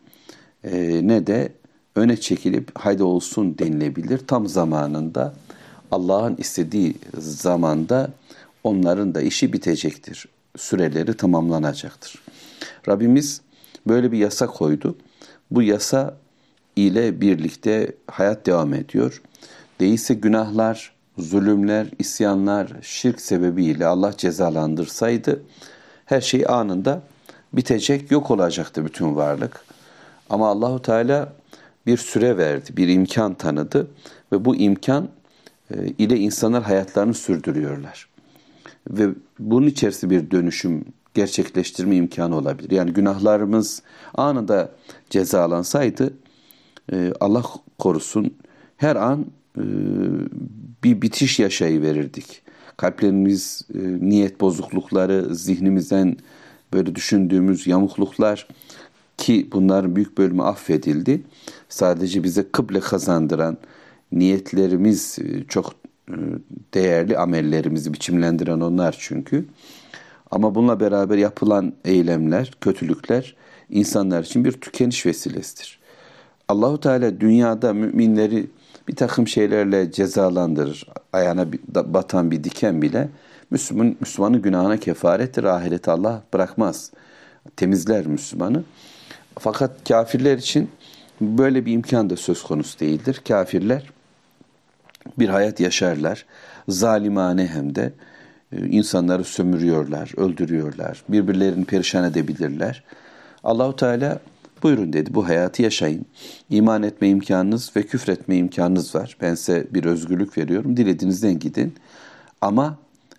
ne de öne çekilip haydi olsun denilebilir. Tam zamanında, Allah'ın istediği zamanda onların da işi bitecektir. Süreleri tamamlanacaktır. Rabbimiz böyle bir yasa koydu. Bu yasa ile birlikte hayat devam ediyor. Değilse günahlar, zulümler, isyanlar, şirk sebebiyle Allah cezalandırsaydı her şey anında bitecek, yok olacaktı bütün varlık. Ama Allahu Teala bir süre verdi, bir imkan tanıdı ve bu imkan ile insanlar hayatlarını sürdürüyorlar. Ve bunun içerisinde bir dönüşüm gerçekleştirme imkanı olabilir. Yani günahlarımız anında cezalansaydı Allah korusun her an bir bitiş yaşayıverirdik. Kalplerimiz, niyet bozuklukları, zihnimizden böyle düşündüğümüz yamukluklar ki bunların büyük bölümü affedildi. Sadece bize kıble kazandıran niyetlerimiz çok değerli, amellerimizi biçimlendiren onlar çünkü. Ama bununla beraber yapılan eylemler, kötülükler insanlar için bir tükeniş vesilesidir. Allahu Teala dünyada müminleri bir takım şeylerle cezalandırır. Ayağına batan bir diken bile Müslümanın günahına kefarettir. Ahirete Allah bırakmaz. Temizler Müslümanı. Fakat kafirler için böyle bir imkan da söz konusu değildir. Kafirler bir hayat yaşarlar. Zalimane hem de insanları sömürüyorlar, öldürüyorlar. Birbirlerini perişan edebilirler. Allahu Teala buyurun dedi, bu hayatı yaşayın. İman etme imkanınız ve küfretme imkanınız var. Ben size bir özgürlük veriyorum. Dilediğinizden gidin. Ama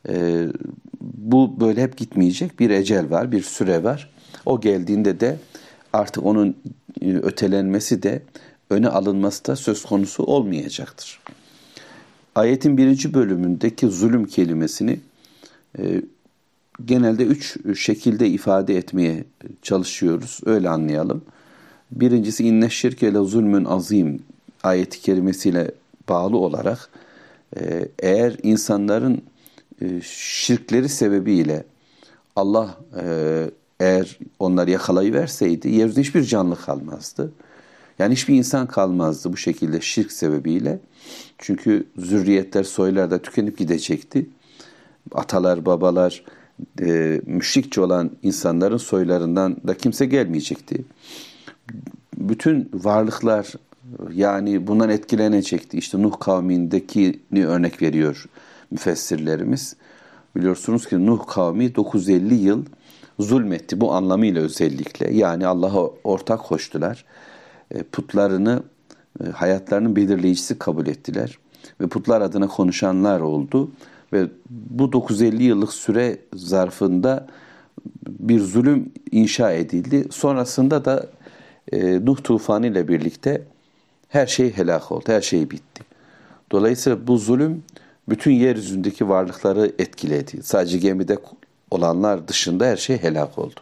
bu böyle hep gitmeyecek. Bir ecel var, bir süre var. O geldiğinde de artık onun ötelenmesi de öne alınması da söz konusu olmayacaktır. Ayetin 1. bölümündeki zulüm kelimesini genelde 3 şekilde ifade etmeye çalışıyoruz. Öyle anlayalım. Birincisi inne şirke le zulmün azim ayeti kerimesiyle bağlı olarak eğer insanların şirkleri sebebiyle Allah eğer onları yakalayıverseydi yeryüzünde hiçbir canlı kalmazdı. Yani hiçbir insan kalmazdı bu şekilde şirk sebebiyle. Çünkü zürriyetler, soylar da tükenip gidecekti. Atalar, babalar, müşrikçe olan insanların soylarından da kimse gelmeyecekti. Bütün varlıklar yani bundan etkilenecekti. İşte Nuh kavmindekini örnek veriyor müfessirlerimiz. Biliyorsunuz ki Nuh kavmi 950 yıl zulmetti bu anlamıyla özellikle. Yani Allah'a ortak koştular. Putlarını hayatlarının belirleyicisi kabul ettiler. Ve putlar adına konuşanlar oldu. Ve bu 950 yıllık süre zarfında bir zulüm inşa edildi. Sonrasında da Nuh tufanı ile birlikte her şey helak oldu, her şey bitti. Dolayısıyla bu zulüm bütün yeryüzündeki varlıkları etkiledi. Sadece gemide olanlar dışında her şey helak oldu.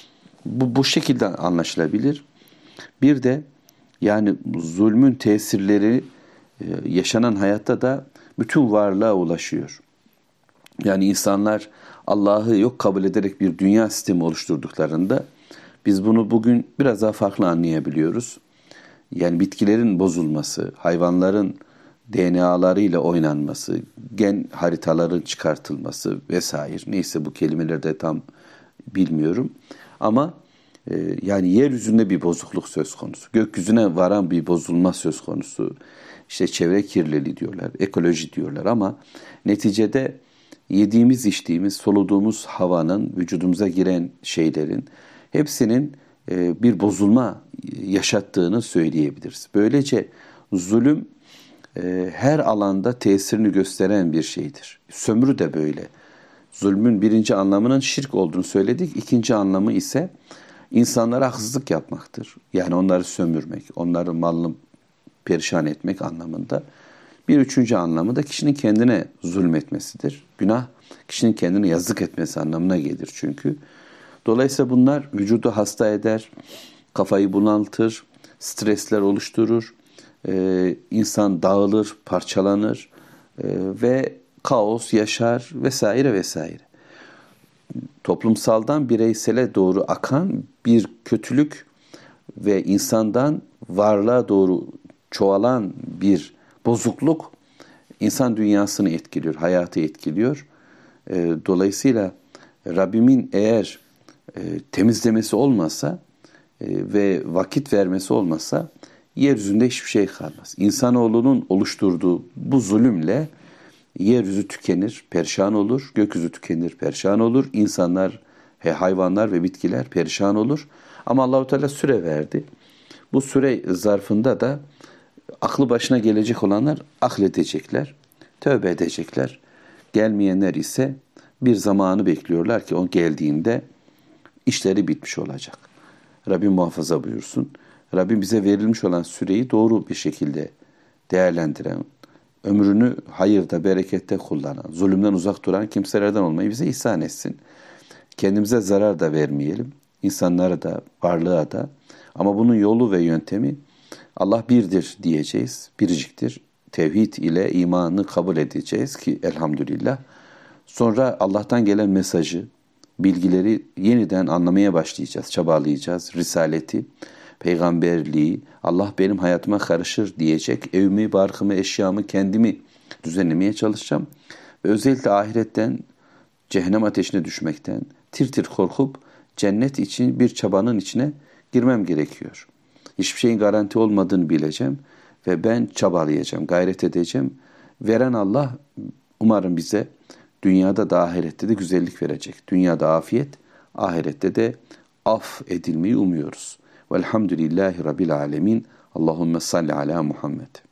Bu şekilde anlaşılabilir. Bir de yani zulmün tesirleri yaşanan hayatta da bütün varlığa ulaşıyor. Yani insanlar Allah'ı yok kabul ederek bir dünya sistemi oluşturduklarında biz bunu bugün biraz daha farklı anlayabiliyoruz. Yani bitkilerin bozulması, hayvanların DNA'larıyla oynanması, gen haritaların çıkartılması vesaire. Neyse bu kelimeleri de tam bilmiyorum. Ama yani yeryüzünde bir bozukluk söz konusu. Gökyüzüne varan bir bozulma söz konusu. İşte çevre kirliliği diyorlar, ekoloji diyorlar ama neticede yediğimiz, içtiğimiz, soluduğumuz havanın, vücudumuza giren şeylerin hepsinin bir bozulma yaşattığını söyleyebiliriz. Böylece zulüm her alanda tesirini gösteren bir şeydir. Sömürü de böyle. Zulmün birinci anlamının şirk olduğunu söyledik. İkinci anlamı ise insanlara haksızlık yapmaktır. Yani onları sömürmek, onların malını perişan etmek anlamında. Bir üçüncü anlamı da kişinin kendine zulmetmesidir. Günah, kişinin kendine yazık etmesi anlamına gelir çünkü. Dolayısıyla bunlar vücudu hasta eder, kafayı bunaltır, stresler oluşturur, insan dağılır, parçalanır ve kaos yaşar vesaire vesaire. Toplumsaldan bireysele doğru akan bir kötülük ve insandan varlığa doğru çoğalan bir bozukluk insan dünyasını etkiliyor, hayatı etkiliyor. Dolayısıyla Rabbimin eğer temizlemesi olmasa ve vakit vermesi olmasa yeryüzünde hiçbir şey kalmaz. İnsanoğlunun oluşturduğu bu zulümle yeryüzü tükenir, perişan olur, gökyüzü tükenir, perişan olur. İnsanlar Hayvanlar ve bitkiler perişan olur. Ama Allah-u Teala süre verdi. Bu süre zarfında da aklı başına gelecek olanlar akledecekler, tövbe edecekler. Gelmeyenler ise bir zamanı bekliyorlar ki o geldiğinde işleri bitmiş olacak. Rabbim muhafaza buyursun. Rabbim bize verilmiş olan süreyi doğru bir şekilde değerlendiren, ömrünü hayırda, berekette kullanan, zulümden uzak duran kimselerden olmayı bize ihsan etsin. Kendimize zarar da vermeyelim, insanlara da, varlığa da. Ama bunun yolu ve yöntemi Allah birdir diyeceğiz, biriciktir. Tevhid ile imanı kabul edeceğiz ki elhamdülillah. Sonra Allah'tan gelen mesajı, bilgileri yeniden anlamaya başlayacağız, çabalayacağız. Risaleti, peygamberliği, Allah benim hayatıma karışır diyecek. Evimi, barkımı, eşyamı, kendimi düzenlemeye çalışacağım. Ve özellikle ahiretten, cehennem ateşine düşmekten tir tir korkup cennet için bir çabanın içine girmem gerekiyor. Hiçbir şeyin garanti olmadığını bileceğim ve ben çabalayacağım, gayret edeceğim. Veren Allah umarım bize dünyada da ahirette de güzellik verecek. Dünyada afiyet, ahirette de af edilmeyi umuyoruz. Velhamdülillahi Rabbil alemin. Allahümme salli ala Muhammed.